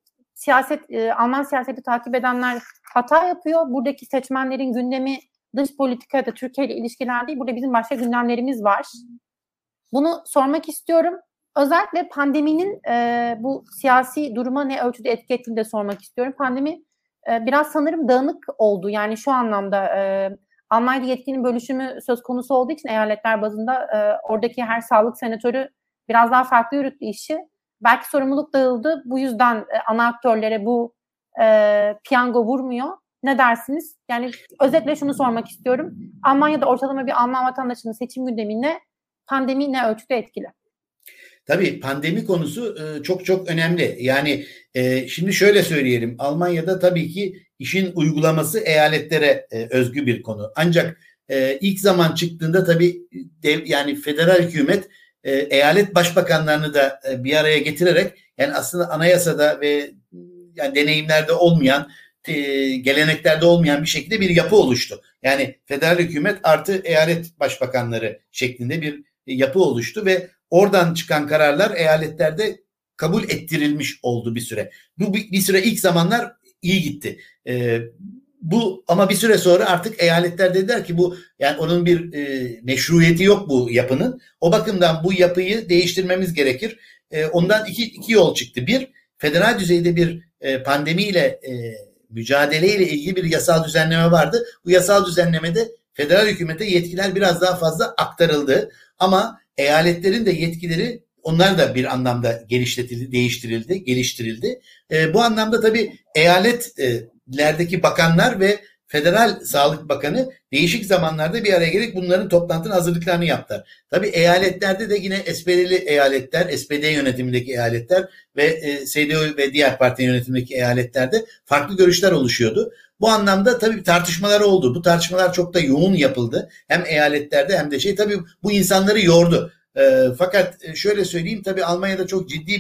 siyaset e, Alman siyaseti takip edenler hata yapıyor. Buradaki seçmenlerin gündemi dış politikada Türkiye ile ilişkiler değil. Burada bizim başka gündemlerimiz var. Bunu sormak istiyorum. Özellikle pandeminin e, bu siyasi duruma ne ölçüde etki ettiğini de sormak istiyorum. Pandemi biraz sanırım dağınık oldu. Yani şu anlamda e, Almanya'da yetkinin bölüşümü söz konusu olduğu için eyaletler bazında e, oradaki her sağlık senatörü biraz daha farklı yürüttü işi. Belki sorumluluk dağıldı. Bu yüzden e, ana aktörlere bu e, piyango vurmuyor. Ne dersiniz? Yani özetle şunu sormak istiyorum. Almanya'da ortalama bir Alman vatandaşının seçim gündemine pandemi ne ölçüde etkili? Tabii pandemi konusu e, çok çok önemli. Yani e, şimdi şöyle söyleyelim. Almanya'da tabii ki işin uygulaması eyaletlere e, özgü bir konu. Ancak e, ilk zaman çıktığında tabii dev, yani federal hükümet e, eyalet başbakanlarını da e, bir araya getirerek, yani aslında anayasada ve yani deneyimlerde olmayan, e, geleneklerde olmayan bir şekilde bir yapı oluştu. Yani federal hükümet artı eyalet başbakanları şeklinde bir yapı oluştu ve oradan çıkan kararlar eyaletlerde kabul ettirilmiş oldu bir süre. Bu bir, bir süre ilk zamanlar iyi gitti. Ee, bu ama bir süre sonra artık eyaletler dediler ki bu, yani onun bir e, meşruiyeti yok bu yapının. O bakımdan bu yapıyı değiştirmemiz gerekir. E, ondan iki, iki yol çıktı. Bir, federal düzeyde bir e, pandemiyle e, mücadeleyle ilgili bir yasal düzenleme vardı. Bu yasal düzenlemede federal hükümete yetkiler biraz daha fazla aktarıldı. Ama eyaletlerin de yetkileri, onlar da bir anlamda genişletildi, değiştirildi, geliştirildi. E, bu anlamda tabii eyaletlerdeki bakanlar ve Federal Sağlık Bakanı değişik zamanlarda bir araya gelip bunların toplantının hazırlıklarını yaptılar. Tabii eyaletlerde de yine S P D'li eyaletler, S P D yönetimindeki eyaletler ve e, S D U ve diğer parti yönetimindeki eyaletlerde farklı görüşler oluşuyordu. Bu anlamda tabii tartışmalar oldu. Bu tartışmalar çok da yoğun yapıldı. Hem eyaletlerde hem de şey, tabii bu insanları yordu. E, fakat şöyle söyleyeyim, tabii Almanya'da çok ciddi bir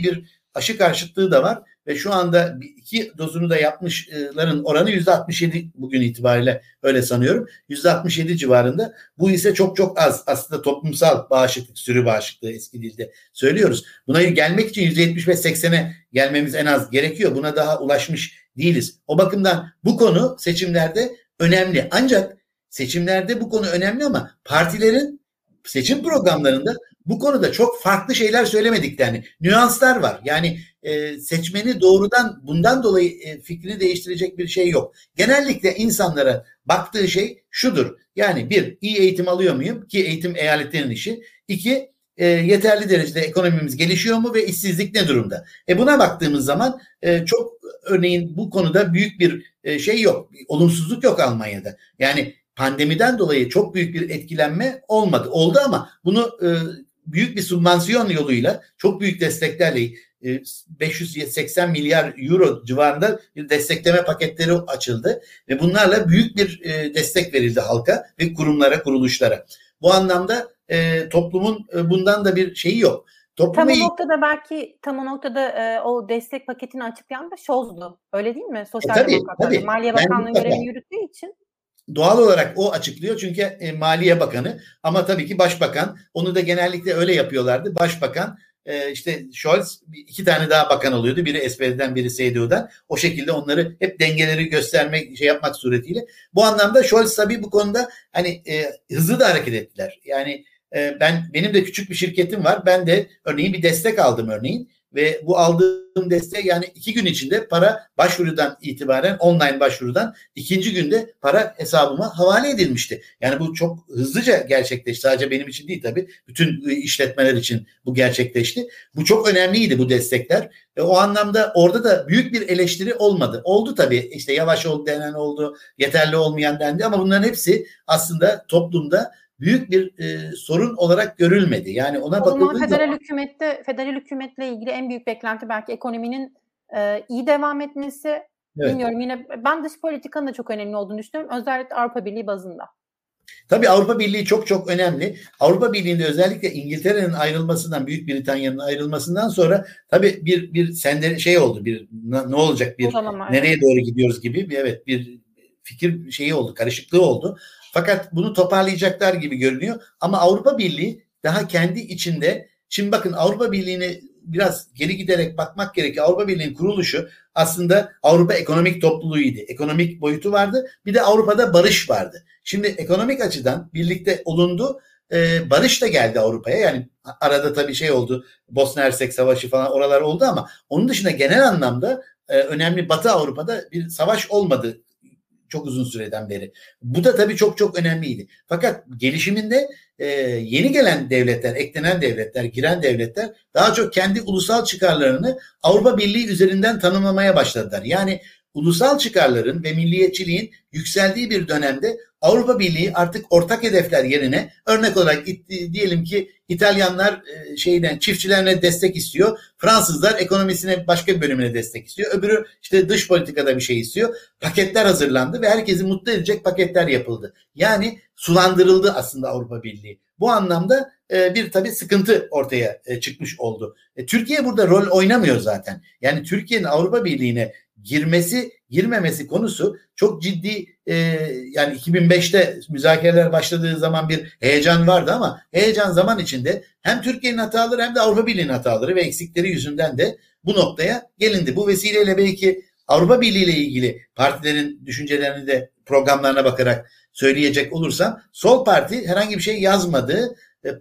aşı karşıtlığı da var ve şu anda iki dozunu da yapmışların oranı yüzde altmış yedi bugün itibariyle, öyle sanıyorum. yüzde altmış yedi civarında. Bu ise çok çok az. Aslında toplumsal bağışıklık, sürü bağışıklığı eski dilde söylüyoruz. Buna gelmek için yüzde yetmiş beş seksene gelmemiz en az gerekiyor. Buna daha ulaşmış değiliz. O bakımdan bu konu seçimlerde önemli. Ancak seçimlerde bu konu önemli ama partilerin seçim programlarında bu konuda çok farklı şeyler söylemediklerini, nüanslar var. Yani e, seçmeni doğrudan bundan dolayı e, fikrini değiştirecek bir şey yok. Genellikle insanlara baktığı şey şudur. Yani bir, iyi eğitim alıyor muyum? Ki eğitim eyaletlerin işi. İki, e, yeterli derecede ekonomimiz gelişiyor mu ve işsizlik ne durumda? E buna baktığımız zaman e, çok örneğin bu konuda büyük bir e, şey yok. Olumsuzluk yok Almanya'da. Yani pandemiden dolayı çok büyük bir etkilenme olmadı. Oldu ama bunu e, büyük bir sübvansiyon yoluyla, çok büyük desteklerle e, beş yüz seksen milyar euro civarında bir destekleme paketleri açıldı ve bunlarla büyük bir e, destek verildi halka ve kurumlara, kuruluşlara. Bu anlamda e, toplumun e, bundan da bir şeyi yok. Topluma tam o noktada belki tam o noktada e, o destek paketini açıklayan da Şoz'du. Öyle değil mi? Sosyal e, tabii, Demokratlar. Tabii. Maliye Bakanlığı görevini yürüttüğü için. Doğal olarak o açıklıyor çünkü e, Maliye Bakanı, ama tabii ki Başbakan, onu da genellikle öyle yapıyorlardı. Başbakan e, işte Scholz, iki tane daha bakan oluyordu. Biri S P D'den, biri C D U'dan. O şekilde onları hep dengeleri göstermek, şey yapmak suretiyle. Bu anlamda Scholz tabii bu konuda hani e, hızlı da hareket ettiler. Yani e, ben benim de küçük bir şirketim var. Ben de örneğin bir destek aldım örneğin. Ve bu aldığım destek, yani iki gün içinde para başvurudan itibaren, online başvurudan ikinci günde para hesabıma havale edilmişti. Yani bu çok hızlıca gerçekleşti. Sadece benim için değil tabii. Bütün işletmeler için bu gerçekleşti. Bu çok önemliydi, bu destekler. Ve o anlamda orada da büyük bir eleştiri olmadı. Oldu tabii. İşte yavaş oldu denen oldu, yeterli olmayan dendi ama bunların hepsi aslında toplumda büyük bir e, sorun olarak görülmedi. Yani ona bakıldığı federal zaman hükümette federal hükümetle ilgili en büyük beklenti belki ekonominin e, iyi devam etmesi. Evet. Bilmiyorum, yine ben dış politikanın da çok önemli olduğunu düşünüyorum. Özellikle Avrupa Birliği bazında. Tabii Avrupa Birliği çok çok önemli. Avrupa Birliği'nde özellikle İngiltere'nin ayrılmasından, Büyük Britanya'nın ayrılmasından sonra tabii bir bir sende şey oldu. Bir ne olacak, bir zaman, nereye evet. doğru gidiyoruz gibi bir evet bir fikir şeyi oldu, karışıklığı oldu. Fakat bunu toparlayacaklar gibi görünüyor. Ama Avrupa Birliği daha kendi içinde, şimdi bakın Avrupa Birliği'ni biraz geri giderek bakmak gerekiyor. Avrupa Birliği'nin kuruluşu aslında Avrupa Ekonomik Topluluğu'ydu. Ekonomik boyutu vardı. Bir de Avrupa'da barış vardı. Şimdi ekonomik açıdan birlikte olundu. Ee, barış da geldi Avrupa'ya. Yani arada tabii şey oldu. Bosna Hersek Savaşı falan, oralar oldu ama onun dışında genel anlamda e, önemli Batı Avrupa'da bir savaş olmadı çok uzun süreden beri. Bu da tabii çok çok önemliydi. Fakat gelişiminde e, yeni gelen devletler, eklenen devletler, giren devletler daha çok kendi ulusal çıkarlarını Avrupa Birliği üzerinden tanımlamaya başladılar. Yani ulusal çıkarların ve milliyetçiliğin yükseldiği bir dönemde Avrupa Birliği artık ortak hedefler yerine, örnek olarak diyelim ki İtalyanlar şeyden çiftçilerine destek istiyor. Fransızlar ekonomisine başka bir bölümüne destek istiyor. Öbürü işte dış politikada bir şey istiyor. Paketler hazırlandı ve herkesi mutlu edecek paketler yapıldı. Yani sulandırıldı aslında Avrupa Birliği. Bu anlamda bir tabii sıkıntı ortaya çıkmış oldu. Türkiye burada rol oynamıyor zaten. Yani Türkiye'nin Avrupa Birliği'ne girmesi, girmemesi konusu çok ciddi. e, yani iki bin beşte müzakereler başladığı zaman bir heyecan vardı ama heyecan zaman içinde hem Türkiye'nin hataları hem de Avrupa Birliği'nin hataları ve eksikleri yüzünden de bu noktaya gelindi. Bu vesileyle belki Avrupa Birliği ile ilgili partilerin düşüncelerini de programlarına bakarak söyleyecek olursam, Sol Parti herhangi bir şey yazmadı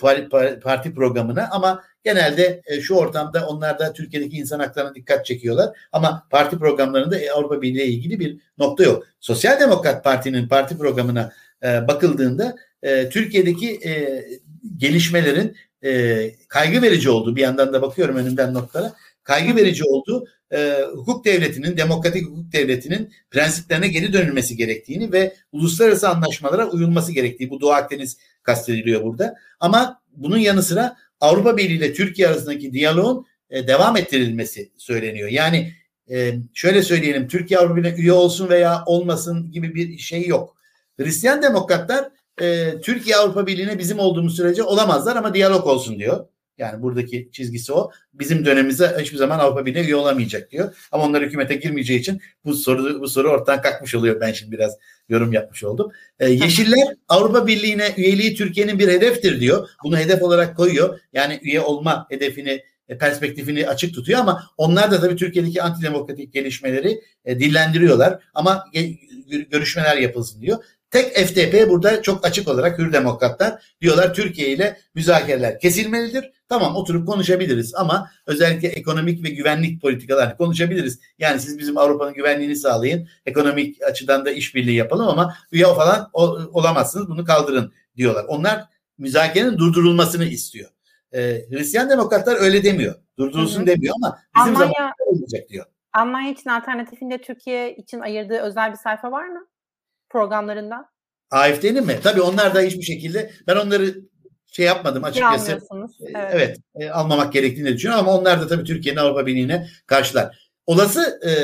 parti programına ama genelde şu ortamda onlar da Türkiye'deki insan haklarına dikkat çekiyorlar ama parti programlarında Avrupa Birliği ile ilgili bir nokta yok. Sosyal Demokrat Parti'nin parti programına bakıldığında Türkiye'deki gelişmelerin kaygı verici olduğu, bir yandan da bakıyorum önümden notlara, kaygı verici olduğu, e, hukuk devletinin, demokratik hukuk devletinin prensiplerine geri dönülmesi gerektiğini ve uluslararası anlaşmalara uyulması gerektiği, bu Doğu Akdeniz kastediliyor burada. Ama bunun yanı sıra Avrupa Birliği ile Türkiye arasındaki diyaloğun e, devam ettirilmesi söyleniyor. Yani e, şöyle söyleyelim, Türkiye Avrupa Birliği'ne üye olsun veya olmasın gibi bir şey yok. Hristiyan demokratlar e, Türkiye Avrupa Birliği'ne bizim olduğumuz sürece olamazlar ama diyalog olsun diyor. Yani buradaki çizgisi o. Bizim dönemimizde hiçbir zaman Avrupa Birliği'ne üye olamayacak diyor. Ama onlar hükümete girmeyeceği için bu soru bu soru ortadan kalkmış oluyor. Ben şimdi biraz yorum yapmış oldum. Ee, Yeşiller Avrupa Birliği'ne üyeliği Türkiye'nin bir hedeftir diyor. Bunu hedef olarak koyuyor. Yani üye olma hedefini, perspektifini açık tutuyor ama onlar da tabii Türkiye'deki antidemokratik gelişmeleri e, dillendiriyorlar. Ama görüşmeler yapılsın diyor. Tek F D P burada çok açık olarak Hür Demokratlar diyorlar Türkiye ile müzakereler kesilmelidir. Tamam, oturup konuşabiliriz ama özellikle ekonomik ve güvenlik politikalarını konuşabiliriz. Yani siz bizim Avrupa'nın güvenliğini sağlayın, ekonomik açıdan da işbirliği yapalım ama üye falan olamazsınız, bunu kaldırın diyorlar. Onlar müzakerenin durdurulmasını istiyor. Ee, Hristiyan Demokratlar öyle demiyor. Durdurulsun hı hı. demiyor ama bizim Almanya, zamanımızda olmayacak diyor. Almanya için alternatifinde Türkiye için ayırdığı özel bir sayfa var mı? Programlarında. A F D'nin mi? Tabii onlar da hiçbir şekilde, ben onları şey yapmadım açıkçası. Evet, evet e, almamak gerektiğini düşünüyorum ama onlar da tabii Türkiye'nin Avrupa Birliği'ne karşılar. Olası e,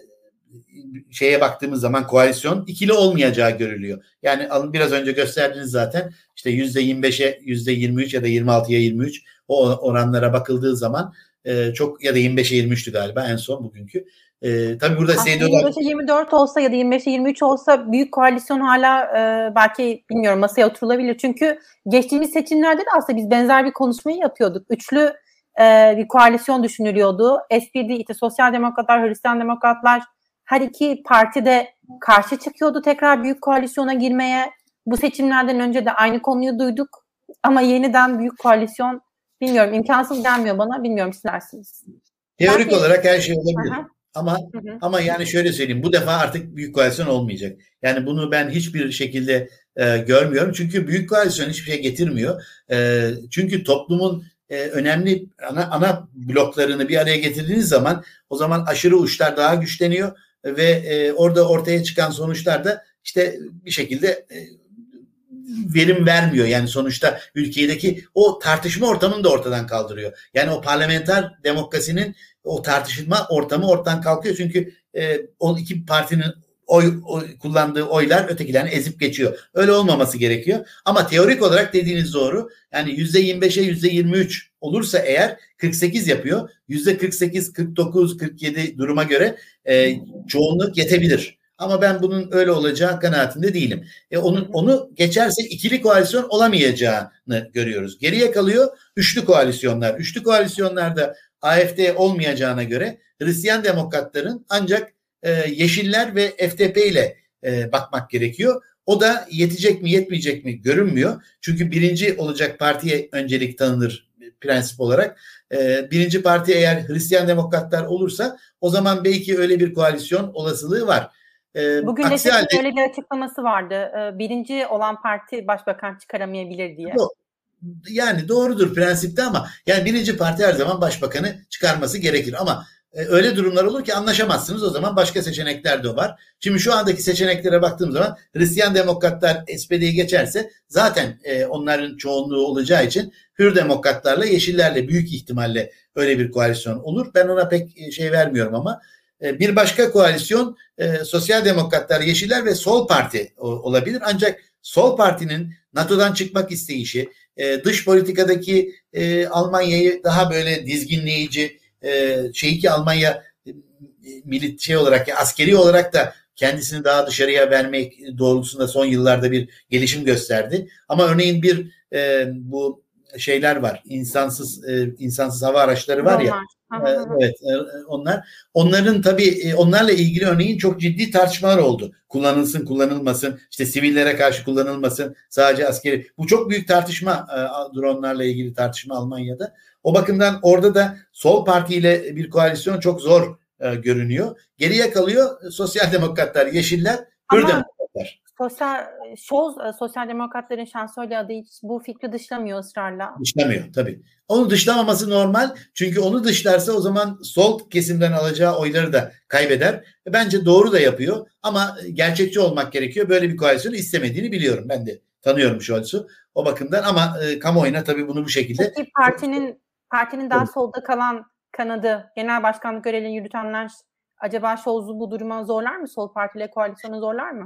şeye baktığımız zaman koalisyon ikili olmayacağı görülüyor. Yani biraz önce gösterdiniz zaten, işte yüzde yirmi beşe yüzde yirmi üç ya da yirmi altıya yirmi üç o oranlara bakıldığı zaman e, çok, ya da yirmi beşe yirmi üçtü galiba en son bugünkü. Ee, tabii burada yirmi beşe yirmi dört olsa ya da yirmi beşe yirmi üç olsa büyük koalisyon hala e, belki bilmiyorum masaya oturulabilir. Çünkü geçtiğimiz seçimlerde de aslında biz benzer bir konuşmayı yapıyorduk. Üçlü e, bir koalisyon düşünülüyordu. S P D, işte Sosyal Demokratlar, Hristiyan Demokratlar, her iki parti de karşı çıkıyordu tekrar büyük koalisyona girmeye. Bu seçimlerden önce de aynı konuyu duyduk. Ama yeniden büyük koalisyon, bilmiyorum, imkansız gelmiyor bana. Bilmiyorum, siz dersiniz. Teorik belki olarak her şey olabilir. Aha. Ama hı hı. ama yani şöyle söyleyeyim, bu defa artık büyük koalisyon olmayacak. Yani bunu ben hiçbir şekilde e, görmüyorum. Çünkü büyük koalisyon hiçbir şey getirmiyor. E, çünkü toplumun e, önemli ana, ana bloklarını bir araya getirdiğiniz zaman o zaman aşırı uçlar daha güçleniyor ve e, orada ortaya çıkan sonuçlar da işte bir şekilde e, verim vermiyor. Yani sonuçta ülkedeki o tartışma ortamını da ortadan kaldırıyor. Yani o parlamenter demokrasinin o tartışma ortamı ortadan kalkıyor. Çünkü e, o iki partinin oy, oy kullandığı oylar ötekilerini ezip geçiyor. Öyle olmaması gerekiyor. Ama teorik olarak dediğiniz doğru. Yani yüzde yirmi beşe yüzde yirmi üç olursa eğer kırk sekiz yapıyor. yüzde kırk sekiz, kırk dokuz, kırk yedi duruma göre e, çoğunluk yetebilir. Ama ben bunun öyle olacağı kanaatinde değilim. E onu, onu geçerse ikili koalisyon olamayacağını görüyoruz. Geriye kalıyor üçlü koalisyonlar. Üçlü koalisyonlarda A F D olmayacağına göre Hristiyan Demokratların ancak e, Yeşiller ve F D P ile e, bakmak gerekiyor. O da yetecek mi yetmeyecek mi görünmüyor. Çünkü birinci olacak partiye öncelik tanınır prensip olarak. E, birinci parti eğer Hristiyan Demokratlar olursa o zaman belki öyle bir koalisyon olasılığı var. Bugün de halde, öyle bir açıklaması vardı. Birinci olan parti başbakan çıkaramayabilir diye. Yani doğrudur prensipte ama yani birinci parti her zaman başbakanı çıkarması gerekir. Ama öyle durumlar olur ki anlaşamazsınız, o zaman başka seçenekler de var. Şimdi şu andaki seçeneklere baktığım zaman Hristiyan Demokratlar S P D'yi geçerse zaten onların çoğunluğu olacağı için Hür Demokratlarla Yeşillerle büyük ihtimalle öyle bir koalisyon olur. Ben ona pek şey vermiyorum ama bir başka koalisyon e, Sosyal Demokratlar, Yeşiller ve Sol Parti o, olabilir. Ancak Sol Parti'nin NATO'dan çıkmak isteyişi, e, dış politikadaki e, Almanya'yı daha böyle dizginleyici, e, şey ki Almanya e, milit şey olarak, askeri olarak da kendisini daha dışarıya vermek doğrultusunda son yıllarda bir gelişim gösterdi. Ama örneğin bir e, bu şeyler var. İnsansız e, insansız hava araçları var ya. E, evet, e, onlar. Onların tabii e, onlarla ilgili örneğin çok ciddi tartışmalar oldu. Kullanılsın, kullanılmasın, işte sivillere karşı kullanılmasın, sadece askeri. Bu çok büyük tartışma, e, dronlarla ilgili tartışma Almanya'da. O bakımdan orada da Sol Parti ile bir koalisyon çok zor e, görünüyor. Geriye kalıyor Sosyal Demokratlar, Yeşiller, Hür Demokratlar. Sosyal Scholz, Sosyal Demokratların şansölye adı hiç bu fikri dışlamıyor ısrarla. Dışlamıyor tabii. Onu dışlamaması normal. Çünkü onu dışlarsa o zaman sol kesimden alacağı oyları da kaybeder. Bence doğru da yapıyor. Ama gerçekçi olmak gerekiyor. Böyle bir koalisyonu istemediğini biliyorum. Ben de tanıyorum Scholz'u o bakımdan. Ama e, kamuoyuna tabii bunu bu şekilde... Peki partinin partinin daha solda kalan kanadı, genel başkanlık görevlerini yürütenler acaba Scholz'u bu duruma zorlar mı? Sol partiyle koalisyonu zorlar mı?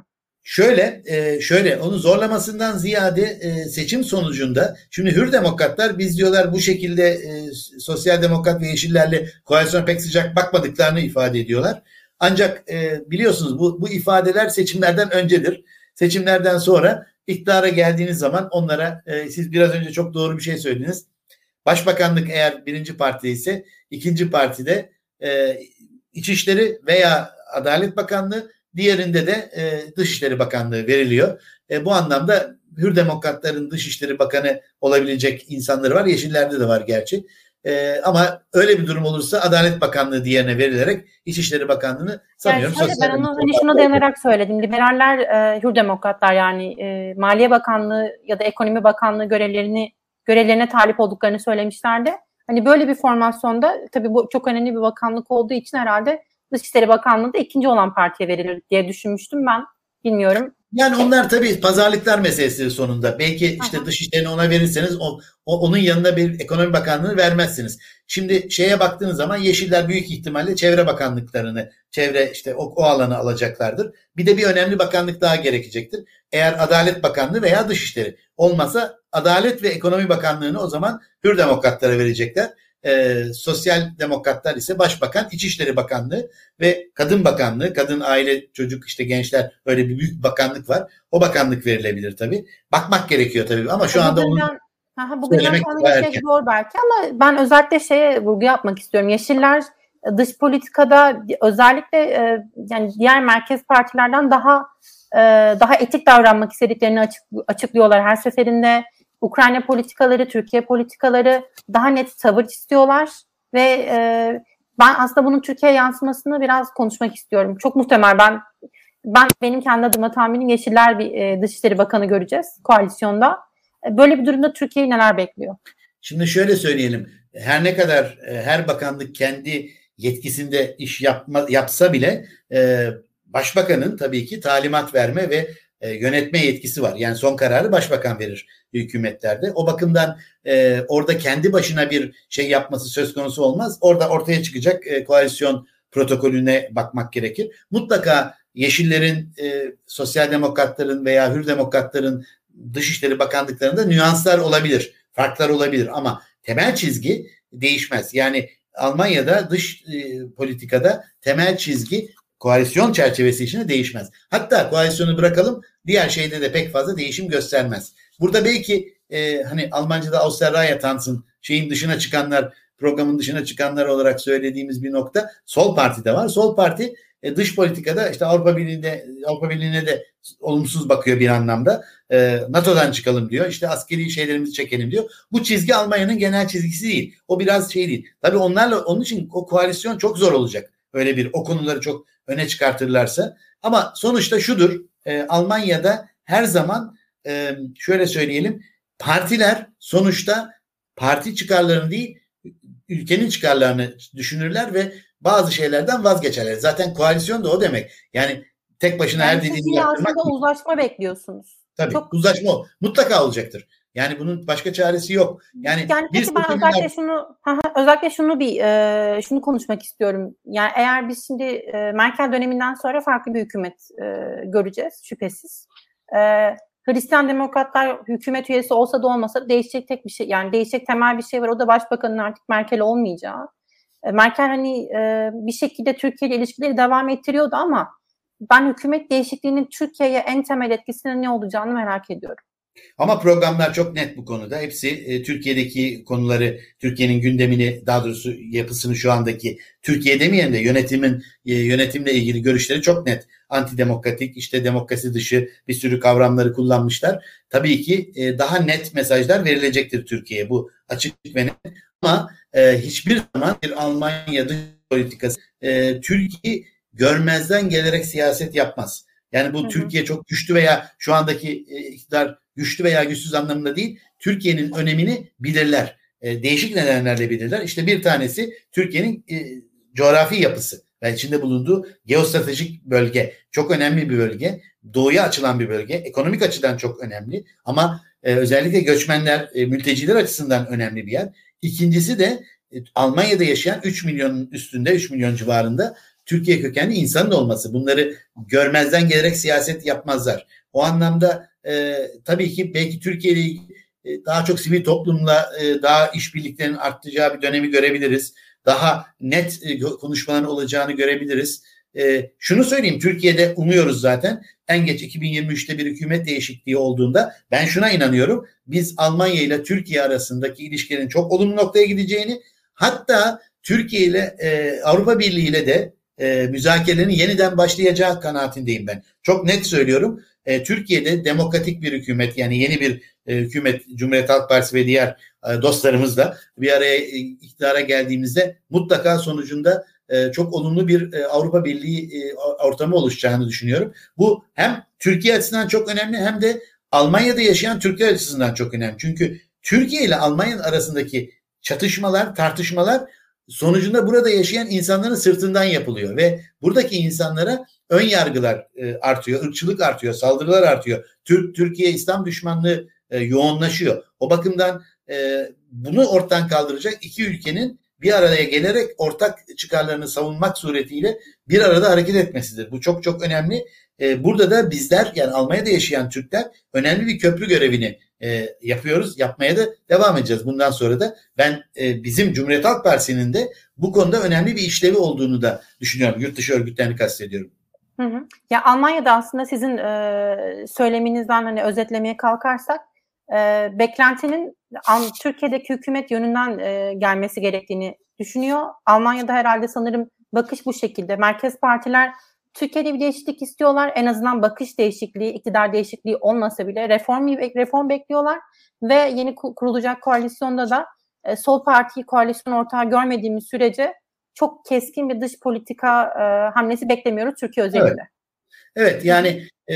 Şöyle, e, şöyle onu zorlamasından ziyade e, seçim sonucunda şimdi Hür Demokratlar biz diyorlar bu şekilde e, Sosyal Demokrat ve Yeşillerle koalisyona pek sıcak bakmadıklarını ifade ediyorlar. Ancak e, biliyorsunuz bu, bu ifadeler seçimlerden öncedir. Seçimlerden sonra iktidara geldiğiniz zaman onlara e, siz biraz önce çok doğru bir şey söylediniz. Başbakanlık eğer birinci parti ise ikinci partide e, İçişleri veya Adalet Bakanlığı, diğerinde de e, Dışişleri Bakanlığı veriliyor. E, bu anlamda Hür Demokratların Dışişleri Bakanı olabilecek insanları var. Yeşillerde de var gerçi. E, ama öyle bir durum olursa Adalet Bakanlığı diğerine verilerek İçişleri Bakanlığı'nı sanıyorum. Yani şöyle, ben onu hani şuna dayanarak söyledim. Liberaller, e, Hür Demokratlar yani e, Maliye Bakanlığı ya da Ekonomi Bakanlığı görevlerini görevlerine talip olduklarını söylemişlerdi. Hani böyle bir formasyonda tabii bu çok önemli bir bakanlık olduğu için herhalde Dışişleri Bakanlığı da ikinci olan partiye verilir diye düşünmüştüm ben. Bilmiyorum. Yani onlar tabii pazarlıklar meselesi sonunda. Belki işte Dışişlerini ona verirseniz o, o, onun yanına bir Ekonomi Bakanlığı'nı vermezsiniz. Şimdi şeye baktığınız zaman Yeşiller büyük ihtimalle Çevre Bakanlıklarını, çevre işte o, o alanı alacaklardır. Bir de bir önemli bakanlık daha gerekecektir. Eğer Adalet Bakanlığı veya Dışişleri olmasa Adalet ve Ekonomi Bakanlığı'nı o zaman Hür Demokratlara verecekler. Ee, Sosyal Demokratlar ise Başbakan, İçişleri Bakanlığı ve Kadın Bakanlığı, Kadın, Aile, Çocuk, işte Gençler, öyle bir büyük bakanlık var. O bakanlık verilebilir tabii. Bakmak gerekiyor tabii ama şu anda bugünden, onu aha, bugünden sonra şey zor belki ama ben özellikle şeye vurgu yapmak istiyorum. Yeşiller dış politikada özellikle e, yani diğer merkez partilerden daha e, daha etik davranmak istediklerini açık, açıklıyorlar her seferinde. Ukrayna politikaları, Türkiye politikaları daha net tavır istiyorlar ve e, ben aslında bunun Türkiye'ye yansımasını biraz konuşmak istiyorum. Çok muhtemel ben ben benim kendi adıma tahminim Yeşiller bir e, Dışişleri Bakanı göreceğiz koalisyonda. E, böyle bir durumda Türkiye'yi neler bekliyor? Şimdi şöyle söyleyelim. Her ne kadar e, her bakanlık kendi yetkisinde iş yapma, yapsa bile e, başbakanın tabii ki talimat verme ve e, yönetme yetkisi var. Yani son kararı başbakan verir hükümetlerde. O bakımdan e, orada kendi başına bir şey yapması söz konusu olmaz. Orada ortaya çıkacak e, koalisyon protokolüne bakmak gerekir. Mutlaka Yeşillerin, e, Sosyal Demokratların veya Hür Demokratların Dışişleri Bakanlıklarında nüanslar olabilir, farklar olabilir ama temel çizgi değişmez. Yani Almanya'da dış e, politikada temel çizgi koalisyon çerçevesi içinde değişmez. Hatta koalisyonu bırakalım, diğer şeyde de pek fazla değişim göstermez. Burada belki e, hani Almanca'da Außerreihe şeyin dışına çıkanlar, programın dışına çıkanlar olarak söylediğimiz bir nokta Sol Parti'de var. Sol Parti e, dış politikada işte Avrupa Birliği'nde Avrupa Birliği'ne de olumsuz bakıyor bir anlamda. E, NATO'dan çıkalım diyor. İşte askeri şeylerimizi çekelim diyor. Bu çizgi Almanya'nın genel çizgisi değil. O biraz şey değil. Tabii onlarla onun için o koalisyon çok zor olacak. Öyle bir o konuları çok öne çıkartırlarsa. Ama sonuçta şudur. E, Almanya'da her zaman e, şöyle söyleyelim. Partiler sonuçta parti çıkarlarını değil ülkenin çıkarlarını düşünürler ve bazı şeylerden vazgeçerler. Zaten koalisyon da o demek. Yani tek başına yani her dediğini yaptırmak. Aslında uzlaşma bekliyorsunuz. Tabii Çok... uzlaşma o. Mutlaka olacaktır. Yani bunun başka çaresi yok. Yani, yani peki ben özellikle var... şunu özellikle şunu bir e, şunu konuşmak istiyorum. Yani eğer biz şimdi e, Merkel döneminden sonra farklı bir hükümet e, göreceğiz şüphesiz. E, Hristiyan Demokratlar hükümet üyesi olsa da olmasa da değişecek tek bir şey, yani değişecek temel bir şey var. O da başbakanın artık Merkel olmayacağı. E, Merkel hani e, bir şekilde Türkiye ile ilişkileri devam ettiriyordu ama ben hükümet değişikliğinin Türkiye'ye en temel etkisinin ne olacağını merak ediyorum. Ama programlar çok net bu konuda. Hepsi e, Türkiye'deki konuları, Türkiye'nin gündemini, daha doğrusu yapısını şu andaki Türkiye demeyelim de yönetimin e, yönetimle ilgili görüşleri çok net. Antidemokratik, işte demokrasi dışı bir sürü kavramları kullanmışlar. Tabii ki e, daha net mesajlar verilecektir Türkiye'ye. Bu açık ve net. Ama e, hiçbir zaman bir Almanya dış politikası e, Türkiye görmezden gelerek siyaset yapmaz. Yani bu hı hı. Türkiye çok güçlü veya şu andaki e, iktidar güçlü veya güçsüz anlamında değil, Türkiye'nin önemini bilirler. E, değişik nedenlerle bilirler. İşte bir tanesi Türkiye'nin e, coğrafi yapısı ve içinde bulunduğu geostratejik bölge. Çok önemli bir bölge. Doğuya açılan bir bölge. Ekonomik açıdan çok önemli ama e, özellikle göçmenler, e, mülteciler açısından önemli bir yer. İkincisi de e, Almanya'da yaşayan üç milyonun üstünde, üç milyon civarında Türkiye kökenli insanın olması. Bunları görmezden gelerek siyaset yapmazlar. O anlamda e, tabii ki belki Türkiye'yle ilgili daha çok sivil toplumla e, daha işbirliklerinin artacağı bir dönemi görebiliriz. Daha net e, konuşmaların olacağını görebiliriz. E, şunu söyleyeyim, Türkiye'de umuyoruz zaten en geç iki bin yirmi üçte bir hükümet değişikliği olduğunda ben şuna inanıyorum. Biz Almanya ile Türkiye arasındaki ilişkilerin çok olumlu noktaya gideceğini, hatta Türkiye ile e, Avrupa Birliği ile de e, müzakerelerin yeniden başlayacağı kanaatindeyim ben. Çok net söylüyorum. E, Türkiye'de demokratik bir hükümet, yani yeni bir e, hükümet, Cumhuriyet Halk Partisi ve diğer e, dostlarımızla bir araya e, iktidara geldiğimizde mutlaka sonucunda e, çok olumlu bir e, Avrupa Birliği e, ortamı oluşacağını düşünüyorum. Bu hem Türkiye açısından çok önemli, hem de Almanya'da yaşayan Türkler açısından çok önemli. Çünkü Türkiye ile Almanya arasındaki çatışmalar, tartışmalar sonucunda burada yaşayan insanların sırtından yapılıyor ve buradaki insanlara ön yargılar e, artıyor, ırkçılık artıyor, saldırılar artıyor. Türk Türkiye İslam düşmanlığı e, yoğunlaşıyor. O bakımdan e, bunu ortadan kaldıracak iki ülkenin bir araya gelerek ortak çıkarlarını savunmak suretiyle bir arada hareket etmesidir. Bu çok çok önemli. E, burada da bizler, yani Almanya'da yaşayan Türkler önemli bir köprü görevini e, yapıyoruz. Yapmaya da devam edeceğiz. Bundan sonra da ben e, bizim Cumhuriyet Halk Partisi'nin de bu konuda önemli bir işlevi olduğunu da düşünüyorum. Yurt dışı örgütlerini kastediyorum. Hı hı. Ya Almanya'da aslında sizin e, söyleminizden hani özetlemeye kalkarsak e, beklentinin an, Türkiye'deki hükümet yönünden e, gelmesi gerektiğini düşünüyor. Almanya'da herhalde sanırım bakış bu şekilde. Merkez partiler Türkiye'de bir değişiklik istiyorlar. En azından bakış değişikliği, iktidar değişikliği olmasa bile reform reform bekliyorlar ve yeni kurulacak koalisyonda da e, sol partiyi koalisyon ortağı görmediğimiz sürece çok keskin bir dış politika e, hamlesi beklemiyoruz Türkiye özelinde. Evet. Evet, yani e,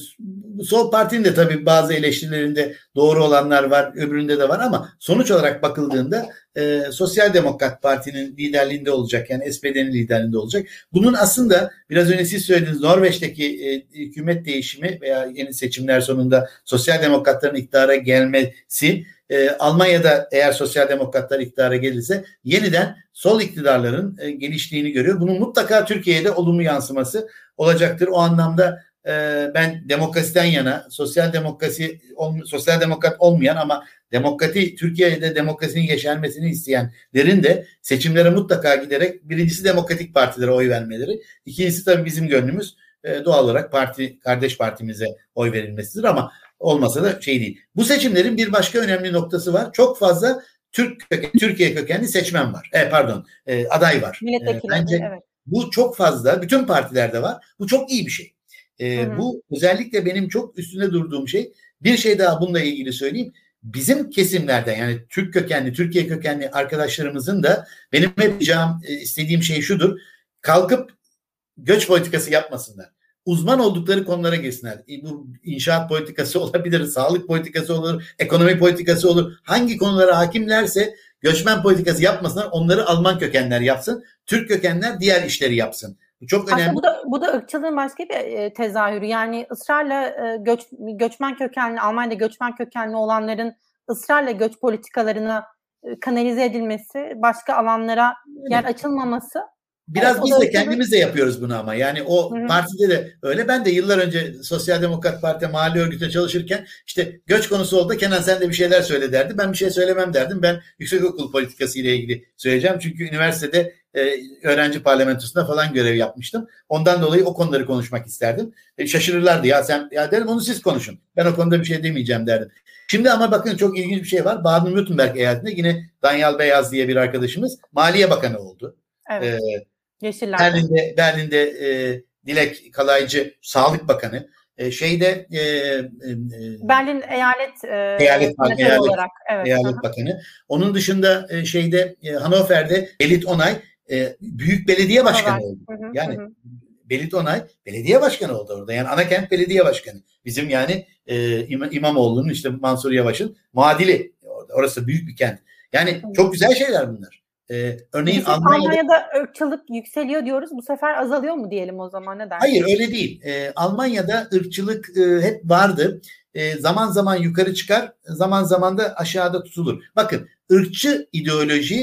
sol partinin de tabii bazı eleştirilerinde doğru olanlar var, öbüründe de var, ama sonuç olarak bakıldığında e, Sosyal Demokrat Parti'nin liderliğinde olacak, yani S P D'nin liderliğinde olacak. Bunun aslında biraz önce siz söylediğiniz Norveç'teki e, hükümet değişimi veya yeni seçimler sonunda Sosyal Demokratların iktidara gelmesi, e, Almanya'da eğer Sosyal Demokratlar iktidara gelirse yeniden sol iktidarların e, geliştiğini görüyor. Bunun mutlaka Türkiye'de olumlu yansıması olacaktır. O anlamda e, ben demokrasiden yana, sosyal demokrasi, ol, sosyal demokrat olmayan ama demokrati, Türkiye'de demokrasinin yeşermesini isteyenlerin de seçimlere mutlaka giderek birincisi demokratik partilere oy vermeleri, ikincisi tabii bizim gönlümüz e, doğal olarak parti, kardeş partimize oy verilmesidir, ama olmasa da şey değil. Bu seçimlerin bir başka önemli noktası var. Çok fazla Türk köken, Türkiye kökenli seçmen var. E, pardon, e, aday var. E, bence evet. Bu çok fazla, bütün partilerde var. Bu çok iyi bir şey. E, hı hı. Bu özellikle benim çok üstünde durduğum şey. Bir şey daha bununla ilgili söyleyeyim. Bizim kesimlerden, yani Türk kökenli, Türkiye kökenli arkadaşlarımızın da benim hep ricam, e, istediğim şey şudur. Kalkıp göç politikası yapmasınlar. Uzman oldukları konulara girsinler. Bu inşaat politikası olabilir, sağlık politikası olur, ekonomi politikası olur. Hangi konulara hakimlerse göçmen politikası yapmasınlar. Onları Alman kökenler yapsın. Türk kökenler diğer işleri yapsın. Bu çok önemli. Aslında bu da, bu da ırkçılığın başka bir e, tezahürü. Yani ısrarla e, göç, göçmen kökenli, Almanya'da göçmen kökenli olanların ısrarla göç politikalarına e, kanalize edilmesi, başka alanlara evet. yer açılmaması. Biraz evet, biz de kendimiz de yapıyoruz bunu ama. Yani o Hı-hı. partide de öyle. Ben de yıllar önce Sosyal Demokrat Parti mahalle örgütüne çalışırken işte göç konusu oldu. Kenan sen de bir şeyler söyle derdi. Ben bir şey söylemem derdim. Ben yüksekokul politikası ile ilgili söyleyeceğim. Çünkü üniversitede e, öğrenci parlamentosunda falan görev yapmıştım. Ondan dolayı o konuları konuşmak isterdim. E, şaşırırlardı. Ya sen ya derim onu siz konuşun. Ben o konuda bir şey demeyeceğim derdim. Şimdi ama bakın çok ilginç bir şey var. Baden-Württemberg eyaletinde yine Danyal Beyaz diye bir arkadaşımız Maliye Bakanı oldu. Evet. Ee, Yeşiller. Berlin'de, Berlin'de e, Dilek Kalaycı Sağlık Bakanı. E, şeyde e, e, Berlin eyalet e, eyalet, eyalet, olarak evet. eyalet bakanı. Onun dışında e, şeyde e, Hannover'de Belit Onay e, büyük belediye başkanı Hannover. oldu. Hı hı, yani hı. Belit Onay belediye başkanı oldu orada. Yani Anakent belediye başkanı. Bizim yani e, İm- İmamoğlu'nun işte Mansur Yavaş'ın muadili. Orada. Orası büyük bir kent. Yani hı. çok güzel şeyler bunlar. Ee, örneğin Bizim Almanya'da, Almanya'da ırkçılık yükseliyor diyoruz. Bu sefer azalıyor mu diyelim o zaman, ne dersin? Hayır öyle değil. Ee, Almanya'da ırkçılık e, hep vardı. E, zaman zaman yukarı çıkar, zaman zaman da aşağıda tutulur. Bakın ırkçı ideoloji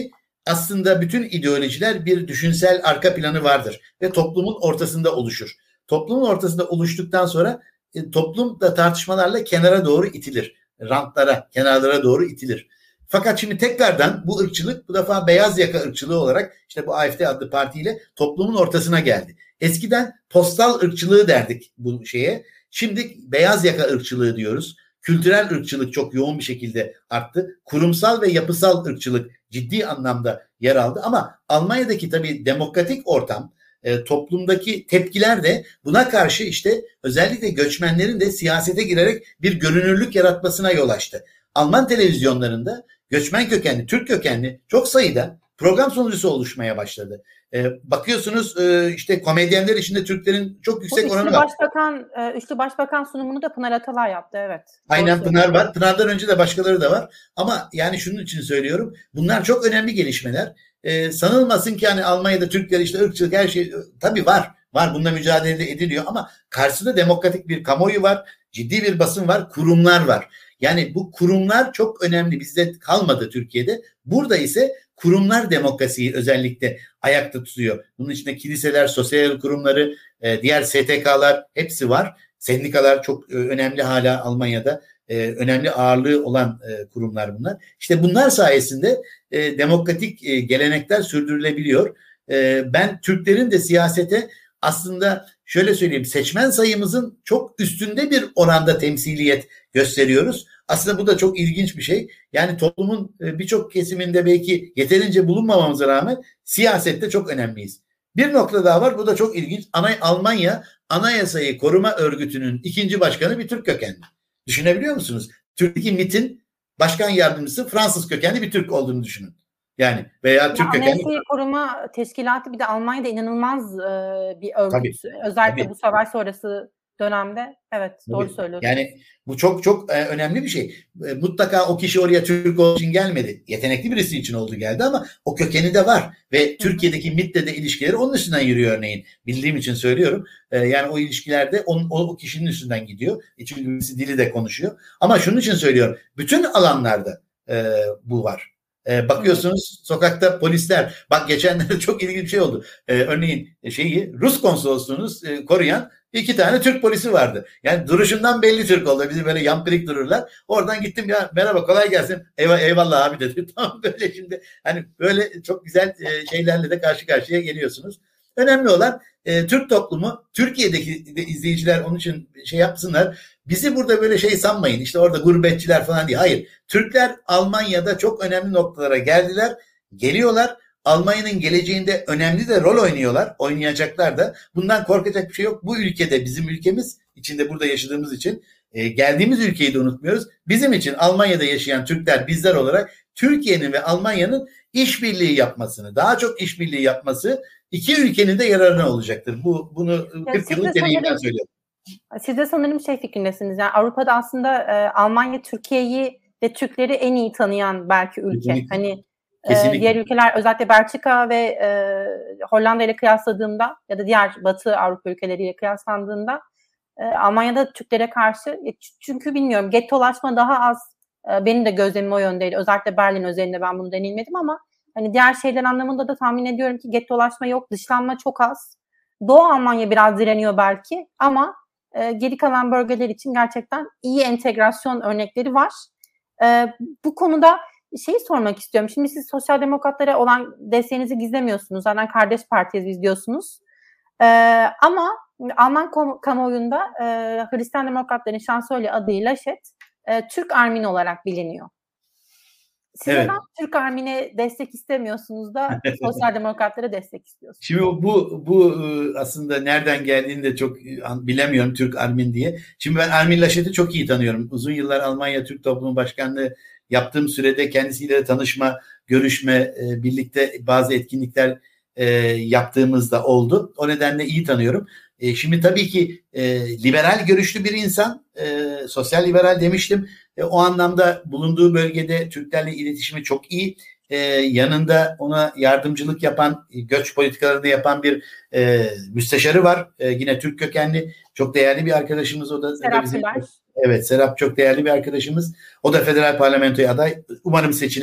aslında bütün ideolojiler bir düşünsel arka planı vardır ve toplumun ortasında oluşur. Toplumun ortasında oluştuktan sonra e, toplum da tartışmalarla kenara doğru itilir. Rantlara, kenarlara doğru itilir. Fakat şimdi tekrardan bu ırkçılık bu defa beyaz yaka ırkçılığı olarak işte bu A F D adlı partiyle toplumun ortasına geldi. Eskiden postal ırkçılığı derdik bu şeye. Şimdi beyaz yaka ırkçılığı diyoruz. Kültürel ırkçılık çok yoğun bir şekilde arttı. Kurumsal ve yapısal ırkçılık ciddi anlamda yer aldı. Ama Almanya'daki tabii demokratik ortam, e, toplumdaki tepkiler de buna karşı işte özellikle göçmenlerin de siyasete girerek bir görünürlük yaratmasına yol açtı. Alman televizyonlarında göçmen kökenli, Türk kökenli çok sayıda program sunucusu oluşmaya başladı. Ee, bakıyorsunuz e, işte komedyenler içinde Türklerin çok yüksek oranı var. Başbakan, e, üçlü başbakan sunumunu da Pınar Atalay yaptı, evet. Aynen, Pınar var. Pınar'dan önce de başkaları da var. Ama yani şunun için söylüyorum. Bunlar çok önemli gelişmeler. Ee, sanılmasın ki hani Almanya'da Türkler işte ırkçılık her şey tabii var. Var, bununla mücadele ediliyor ama karşısında demokratik bir kamuoyu var. Ciddi bir basın var. Kurumlar var. Yani bu kurumlar çok önemli. Bizde kalmadı Türkiye'de. Burada ise kurumlar demokrasiyi özellikle ayakta tutuyor. Bunun içinde kiliseler, sosyal kurumları, diğer S T K'lar hepsi var. Sendikalar çok önemli hala Almanya'da. Önemli ağırlığı olan kurumlar bunlar. İşte bunlar sayesinde demokratik gelenekler sürdürülebiliyor. Ben Türklerin de siyasete aslında şöyle söyleyeyim, seçmen sayımızın çok üstünde bir oranda temsiliyet gösteriyoruz. Aslında bu da çok ilginç bir şey. Yani toplumun birçok kesiminde belki yeterince bulunmamamıza rağmen siyasette çok önemliyiz. Bir nokta daha var, bu da çok ilginç. Almanya Anayasayı Koruma Örgütü'nün ikinci başkanı bir Türk kökenli. Düşünebiliyor musunuz? Türkiye MİT'in başkan yardımcısı Fransız kökenli bir Türk olduğunu düşünün. Yani veya Türk kökenli. Anayasayı Koruma Teşkilatı bir de Almanya'da inanılmaz e, bir örgüt. Tabii, özellikle tabii. Bu savaş sonrası dönemde. Evet, tabii. Doğru söylüyorsun. Yani bu çok çok e, önemli bir şey. E, mutlaka o kişi oraya Türk olduğu için gelmedi. Yetenekli birisi için oldu geldi ama o kökeni de var. Ve Hı-hı. Türkiye'deki MİT'le de ilişkileri onun üstünden yürüyor örneğin. Bildiğim için söylüyorum. E, yani o ilişkilerde on, o kişinin üstünden gidiyor. E, çünkü birisi dili de konuşuyor. Ama şunun için söylüyorum. Bütün alanlarda e, bu var. Ee, bakıyorsunuz sokakta polisler, bak geçenlerde çok ilginç bir şey oldu. Ee, örneğin şeyi Rus konsolosluğunu e, koruyan iki tane Türk polisi vardı. Yani duruşundan belli Türk oldu. Bizi böyle yampirik dururlar. Oradan gittim, ya merhaba kolay gelsin. Eyvallah, eyvallah abi dedi. Tamam, böyle şimdi hani böyle çok güzel e, şeylerle de karşı karşıya geliyorsunuz. Önemli olan e, Türk toplumu, Türkiye'deki de izleyiciler onun için şey yapsınlar. Bizi burada böyle şey sanmayın. İşte orada gurbetçiler falan değil. Hayır. Türkler Almanya'da çok önemli noktalara geldiler. Geliyorlar. Almanya'nın geleceğinde önemli de rol oynuyorlar. Oynayacaklar da. Bundan korkacak bir şey yok. Bu ülkede, bizim ülkemiz içinde burada yaşadığımız için e, geldiğimiz ülkeyi de unutmuyoruz. Bizim için Almanya'da yaşayan Türkler, bizler olarak Türkiye'nin ve Almanya'nın işbirliği yapmasını, daha çok işbirliği yapması iki ülkenin de yararına olacaktır. Bu bunu kırk yıllık deneyimden söylüyorum. Siz de sanırım şey fikrindesiniz. Yani Avrupa'da aslında e, Almanya Türkiye'yi ve Türkleri en iyi tanıyan belki ülke. Kesinlikle. Hani e, diğer ülkeler, özellikle Belçika ve e, Hollanda ile kıyasladığımda ya da diğer Batı Avrupa ülkeleriyle kıyaslandığında e, Almanya'da Türklere karşı e, çünkü bilmiyorum, gettolaşma daha az. E, benim de gözlemim o yöndeydi. Özellikle Berlin özelinde ben bunu deneyimledim ama hani diğer şeyler anlamında da tahmin ediyorum ki gettolaşma yok, dışlanma çok az. Doğu Almanya biraz direniyor belki ama e, geri kalan bölgeler için gerçekten iyi entegrasyon örnekleri var. E, bu konuda şeyi sormak istiyorum. Şimdi siz sosyal demokratlara olan desteğinizi gizlemiyorsunuz. Zaten kardeş partiyiz biz diyorsunuz. E, ama Alman kom- kamuoyunda e, Hristiyan Demokratların şansölye adıyla Laschet e, Türk Armin olarak biliniyor. Siz evet. Neden Türk Armin'e destek istemiyorsunuz da sosyal demokratlara destek istiyorsunuz? Şimdi bu bu aslında nereden geldiğini de çok bilemiyorum, Türk Armin diye. Şimdi ben Armin Laschet'i çok iyi tanıyorum. Uzun yıllar Almanya Türk Toplumu Başkanlığı yaptığım sürede kendisiyle de tanışma, görüşme, birlikte bazı etkinlikler yaptığımızda oldu. O nedenle iyi tanıyorum. Şimdi tabii ki liberal görüşlü bir insan, sosyal liberal demiştim. O anlamda bulunduğu bölgede Türklerle iletişimi çok iyi. Ee, yanında ona yardımcılık yapan, göç politikalarını yapan bir e, müsteşarı var. E, yine Türk kökenli, çok değerli bir arkadaşımız. O da, Serap da bizim, Güler. Evet, Serap çok değerli bir arkadaşımız. O da federal parlamentoya aday. Umarım seçilir.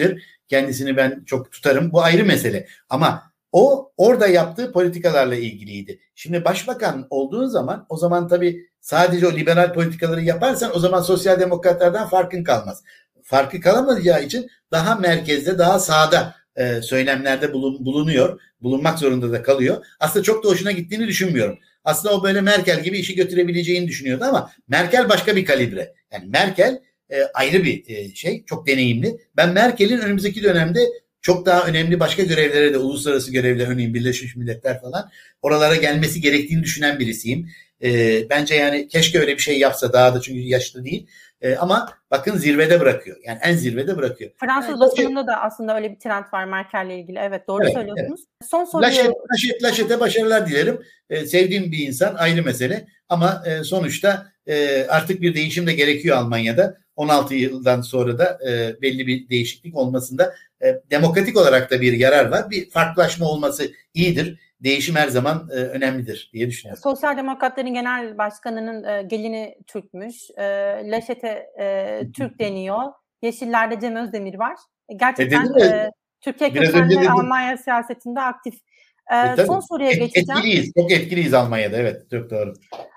kendisini ben çok tutarım. Bu ayrı mesele. Ama o orada yaptığı politikalarla ilgiliydi. Şimdi başbakan olduğun zaman o zaman tabii sadece o liberal politikaları yaparsan o zaman sosyal demokratlardan farkın kalmaz. Farkı kalamayacağı için daha merkezde, daha sağda e, söylemlerde bulun, bulunuyor. Bulunmak zorunda da kalıyor. Aslında çok da hoşuna gittiğini düşünmüyorum. Aslında o böyle Merkel gibi işi götürebileceğini düşünüyordu ama Merkel başka bir kalibre. Yani Merkel e, ayrı bir e, şey, çok deneyimli. Ben Merkel'in önümüzdeki dönemde çok daha önemli başka görevlere de, uluslararası görevler, örneğin Birleşmiş Milletler falan, oralara gelmesi gerektiğini düşünen birisiyim. E, bence yani keşke öyle bir şey yapsa, daha da çünkü yaşlı değil. E, ama bakın zirvede bırakıyor. Yani en zirvede bırakıyor. Fransız Yani, basınında da aslında öyle bir trend var Merkel'le ilgili. Evet, doğru evet, söylüyorsunuz. Evet. Son soruyu... Laşet, Laşet, Laşet'e başarılar dilerim. E, sevdiğim bir insan, ayrı mesele. Ama e, sonuçta e, artık bir değişim de gerekiyor Almanya'da. on altı yıldan sonra da e, belli bir değişiklik olmasında e, demokratik olarak da bir yarar var. Bir farklılaşma olması iyidir. Değişim her zaman e, önemlidir diye düşünüyorum. Sosyal Demokratların Genel Başkanı'nın e, gelini Türkmüş. E, Laşet'e e, Türk deniyor. Yeşiller'de Cem Özdemir var. Gerçekten e, e, Türkiye kökenli Almanya siyasetinde aktif. E, e, son soruya et, geçeceğim. Etkiliyiz, çok etkiliyiz Almanya'da. Evet, çok doğru.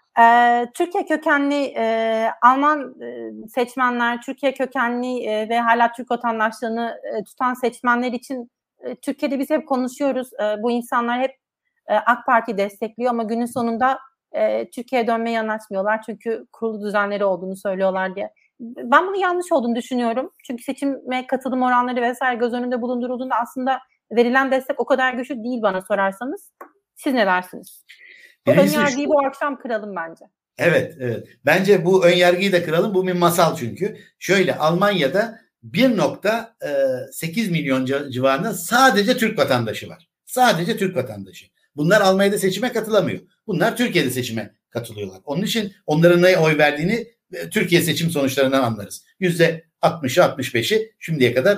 Ee, Türkiye kökenli e, Alman e, seçmenler, Türkiye kökenli e, ve hala Türk vatandaşlığını e, tutan seçmenler için e, Türkiye'de biz hep konuşuyoruz. E, bu insanlar hep e, AK Parti destekliyor ama günün sonunda e, Türkiye'ye dönmeye yanaşmıyorlar. Çünkü kurulu düzenleri olduğunu söylüyorlar diye. Ben bunun yanlış olduğunu düşünüyorum. Çünkü seçime katılım oranları vesaire göz önünde bulundurulduğunda aslında verilen destek o kadar güçlü değil bana sorarsanız. Siz ne dersiniz? Bu önyargıyı bu akşam kıralım bence. Evet, evet. Bence bu önyargıyı da kıralım. Bu bir masal çünkü. Şöyle, Almanya'da bir nokta sekiz milyon civarında sadece Türk vatandaşı var. Sadece Türk vatandaşı. Bunlar Almanya'da seçime katılamıyor. Bunlar Türkiye'de seçime katılıyorlar. Onun için onların neye oy verdiğini Türkiye seçim sonuçlarından anlarız. yüzde altmışı altmış beşi şimdiye kadar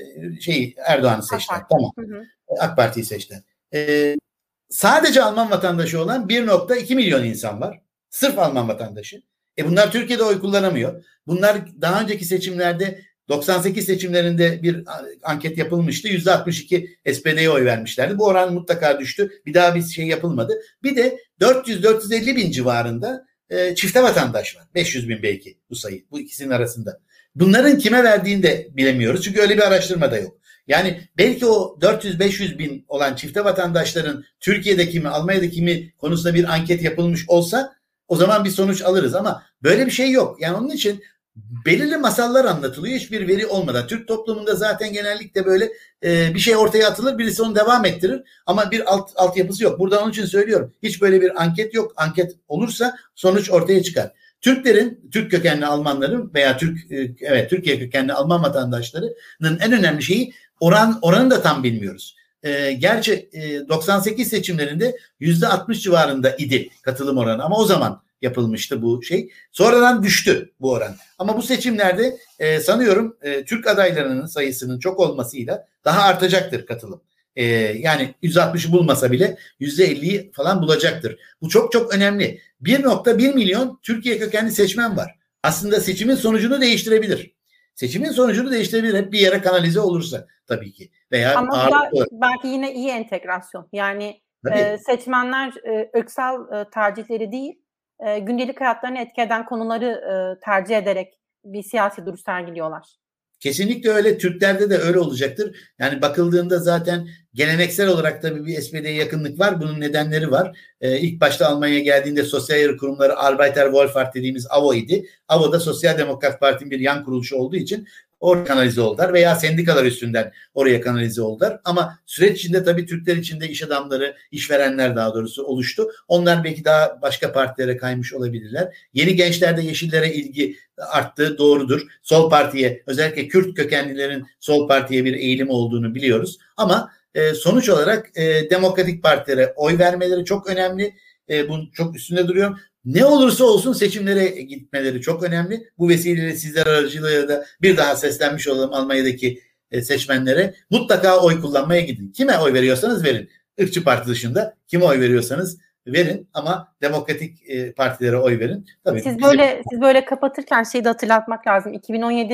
şey Erdoğan'ı seçtiler. Tamam. Hı hı. AK Parti'yi seçtiler. E, Sadece Alman vatandaşı olan bir nokta iki milyon insan var. Sırf Alman vatandaşı. E bunlar Türkiye'de oy kullanamıyor. Bunlar daha önceki seçimlerde doksan sekiz seçimlerinde bir anket yapılmıştı. yüzde altmış iki S P D'ye oy vermişlerdi. Bu oran mutlaka düştü. Bir daha bir şey yapılmadı. Bir de dört yüz dört yüz elli bin civarında e, çifte vatandaş var. beş yüz bin belki bu sayı. Bu ikisinin arasında. Bunların kime verdiğini de bilemiyoruz. Çünkü öyle bir araştırma da yok. Yani belki o dört yüz beş yüz bin olan çifte vatandaşların Türkiye'deki mi, Almanya'daki mi konusunda bir anket yapılmış olsa o zaman bir sonuç alırız ama böyle bir şey yok. Yani onun için belirli masallar anlatılıyor hiçbir veri olmadan. Türk toplumunda zaten genellikle böyle e, bir şey ortaya atılır, birisi onu devam ettirir ama bir alt altyapısı yok. Burada onun için söylüyorum. Hiç böyle bir anket yok. Anket olursa sonuç ortaya çıkar. Türklerin, Türk kökenli Almanların veya Türk e, evet Türkiye kökenli Alman vatandaşlarının en önemli şeyi oran oranı da tam bilmiyoruz. E, gerçi e, doksan sekiz seçimlerinde yüzde altmış civarında idi katılım oranı ama o zaman yapılmıştı bu şey. Sonradan düştü bu oran. Ama bu seçimlerde e, sanıyorum e, Türk adaylarının sayısının çok olmasıyla daha artacaktır katılım. E, yani yüzde altmışı bulmasa bile yüzde elliyi falan bulacaktır. Bu çok çok önemli. bir nokta bir milyon Türkiye kökenli seçmen var. Aslında seçimin sonucunu değiştirebilir. Seçimin sonucunu değiştirebilir hep bir yere kanalize olursa tabii ki. Veya ama da belki yine iyi entegrasyon. Yani e, seçmenler e, ırksal e, tercihleri değil, e, gündelik hayatlarını etki eden konuları e, tercih ederek bir siyasi duruş sergiliyorlar. Kesinlikle öyle. Türklerde de öyle olacaktır. Yani bakıldığında zaten geleneksel olarak tabii bir S P D'ye yakınlık var. Bunun nedenleri var. Ee, ilk başta Almanya'ya geldiğinde sosyal yarı kurumları Arbeiter-Wohlfahrt dediğimiz A V O idi. A V O da Sosyal Demokrat Parti'nin bir yan kuruluşu olduğu için oraya kanalize oldular veya sendikalar üstünden oraya kanalize oldular. Ama süreç içinde tabii Türkler içinde iş adamları, işverenler daha doğrusu oluştu. Onlar belki daha başka partilere kaymış olabilirler. Yeni gençlerde yeşillere ilgi arttı, doğrudur. Sol partiye, özellikle Kürt kökenlilerin sol partiye bir eğilim olduğunu biliyoruz. Ama e, sonuç olarak e, demokratik partilere oy vermeleri çok önemli. E, bunun çok üstünde duruyorum. Ne olursa olsun seçimlere gitmeleri çok önemli. Bu vesileyle sizler aracılığıyla da bir daha seslenmiş olalım Almanya'daki seçmenlere. Mutlaka oy kullanmaya gidin. Kime oy veriyorsanız verin. Irkçı parti dışında kime oy veriyorsanız verin ama demokratik partilere oy verin. Tabii siz böyle bize... siz böyle kapatırken şeyi de hatırlatmak lazım. iki bin on yedi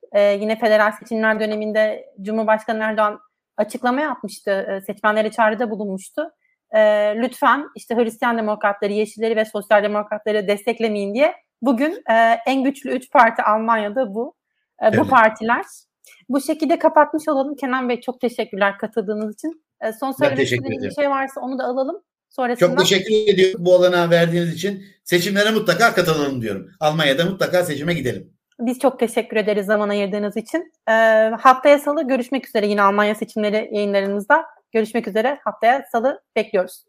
e, yine federal seçimler döneminde Cumhurbaşkanı Erdoğan açıklama yapmıştı. E, seçmenlere çağrıda bulunmuştu. E, lütfen işte Hristiyan Demokratları, Yeşilleri ve Sosyal Demokratları desteklemeyin diye. Bugün e, en güçlü üç parti Almanya'da bu. E, bu Evet. partiler. Bu şekilde kapatmış olalım. Kenan Bey çok teşekkürler katıldığınız için. E, son söylemek istediğiniz bir şey varsa onu da alalım. Sonrasında... Çok teşekkür ediyorum bu olanağı verdiğiniz için. Seçimlere mutlaka katılalım diyorum. Almanya'da mutlaka seçime gidelim. Biz çok teşekkür ederiz zaman ayırdığınız için. E, haftaya Salı görüşmek üzere yine Almanya seçimleri yayınlarımızda. Görüşmek üzere. Haftaya Salı bekliyoruz.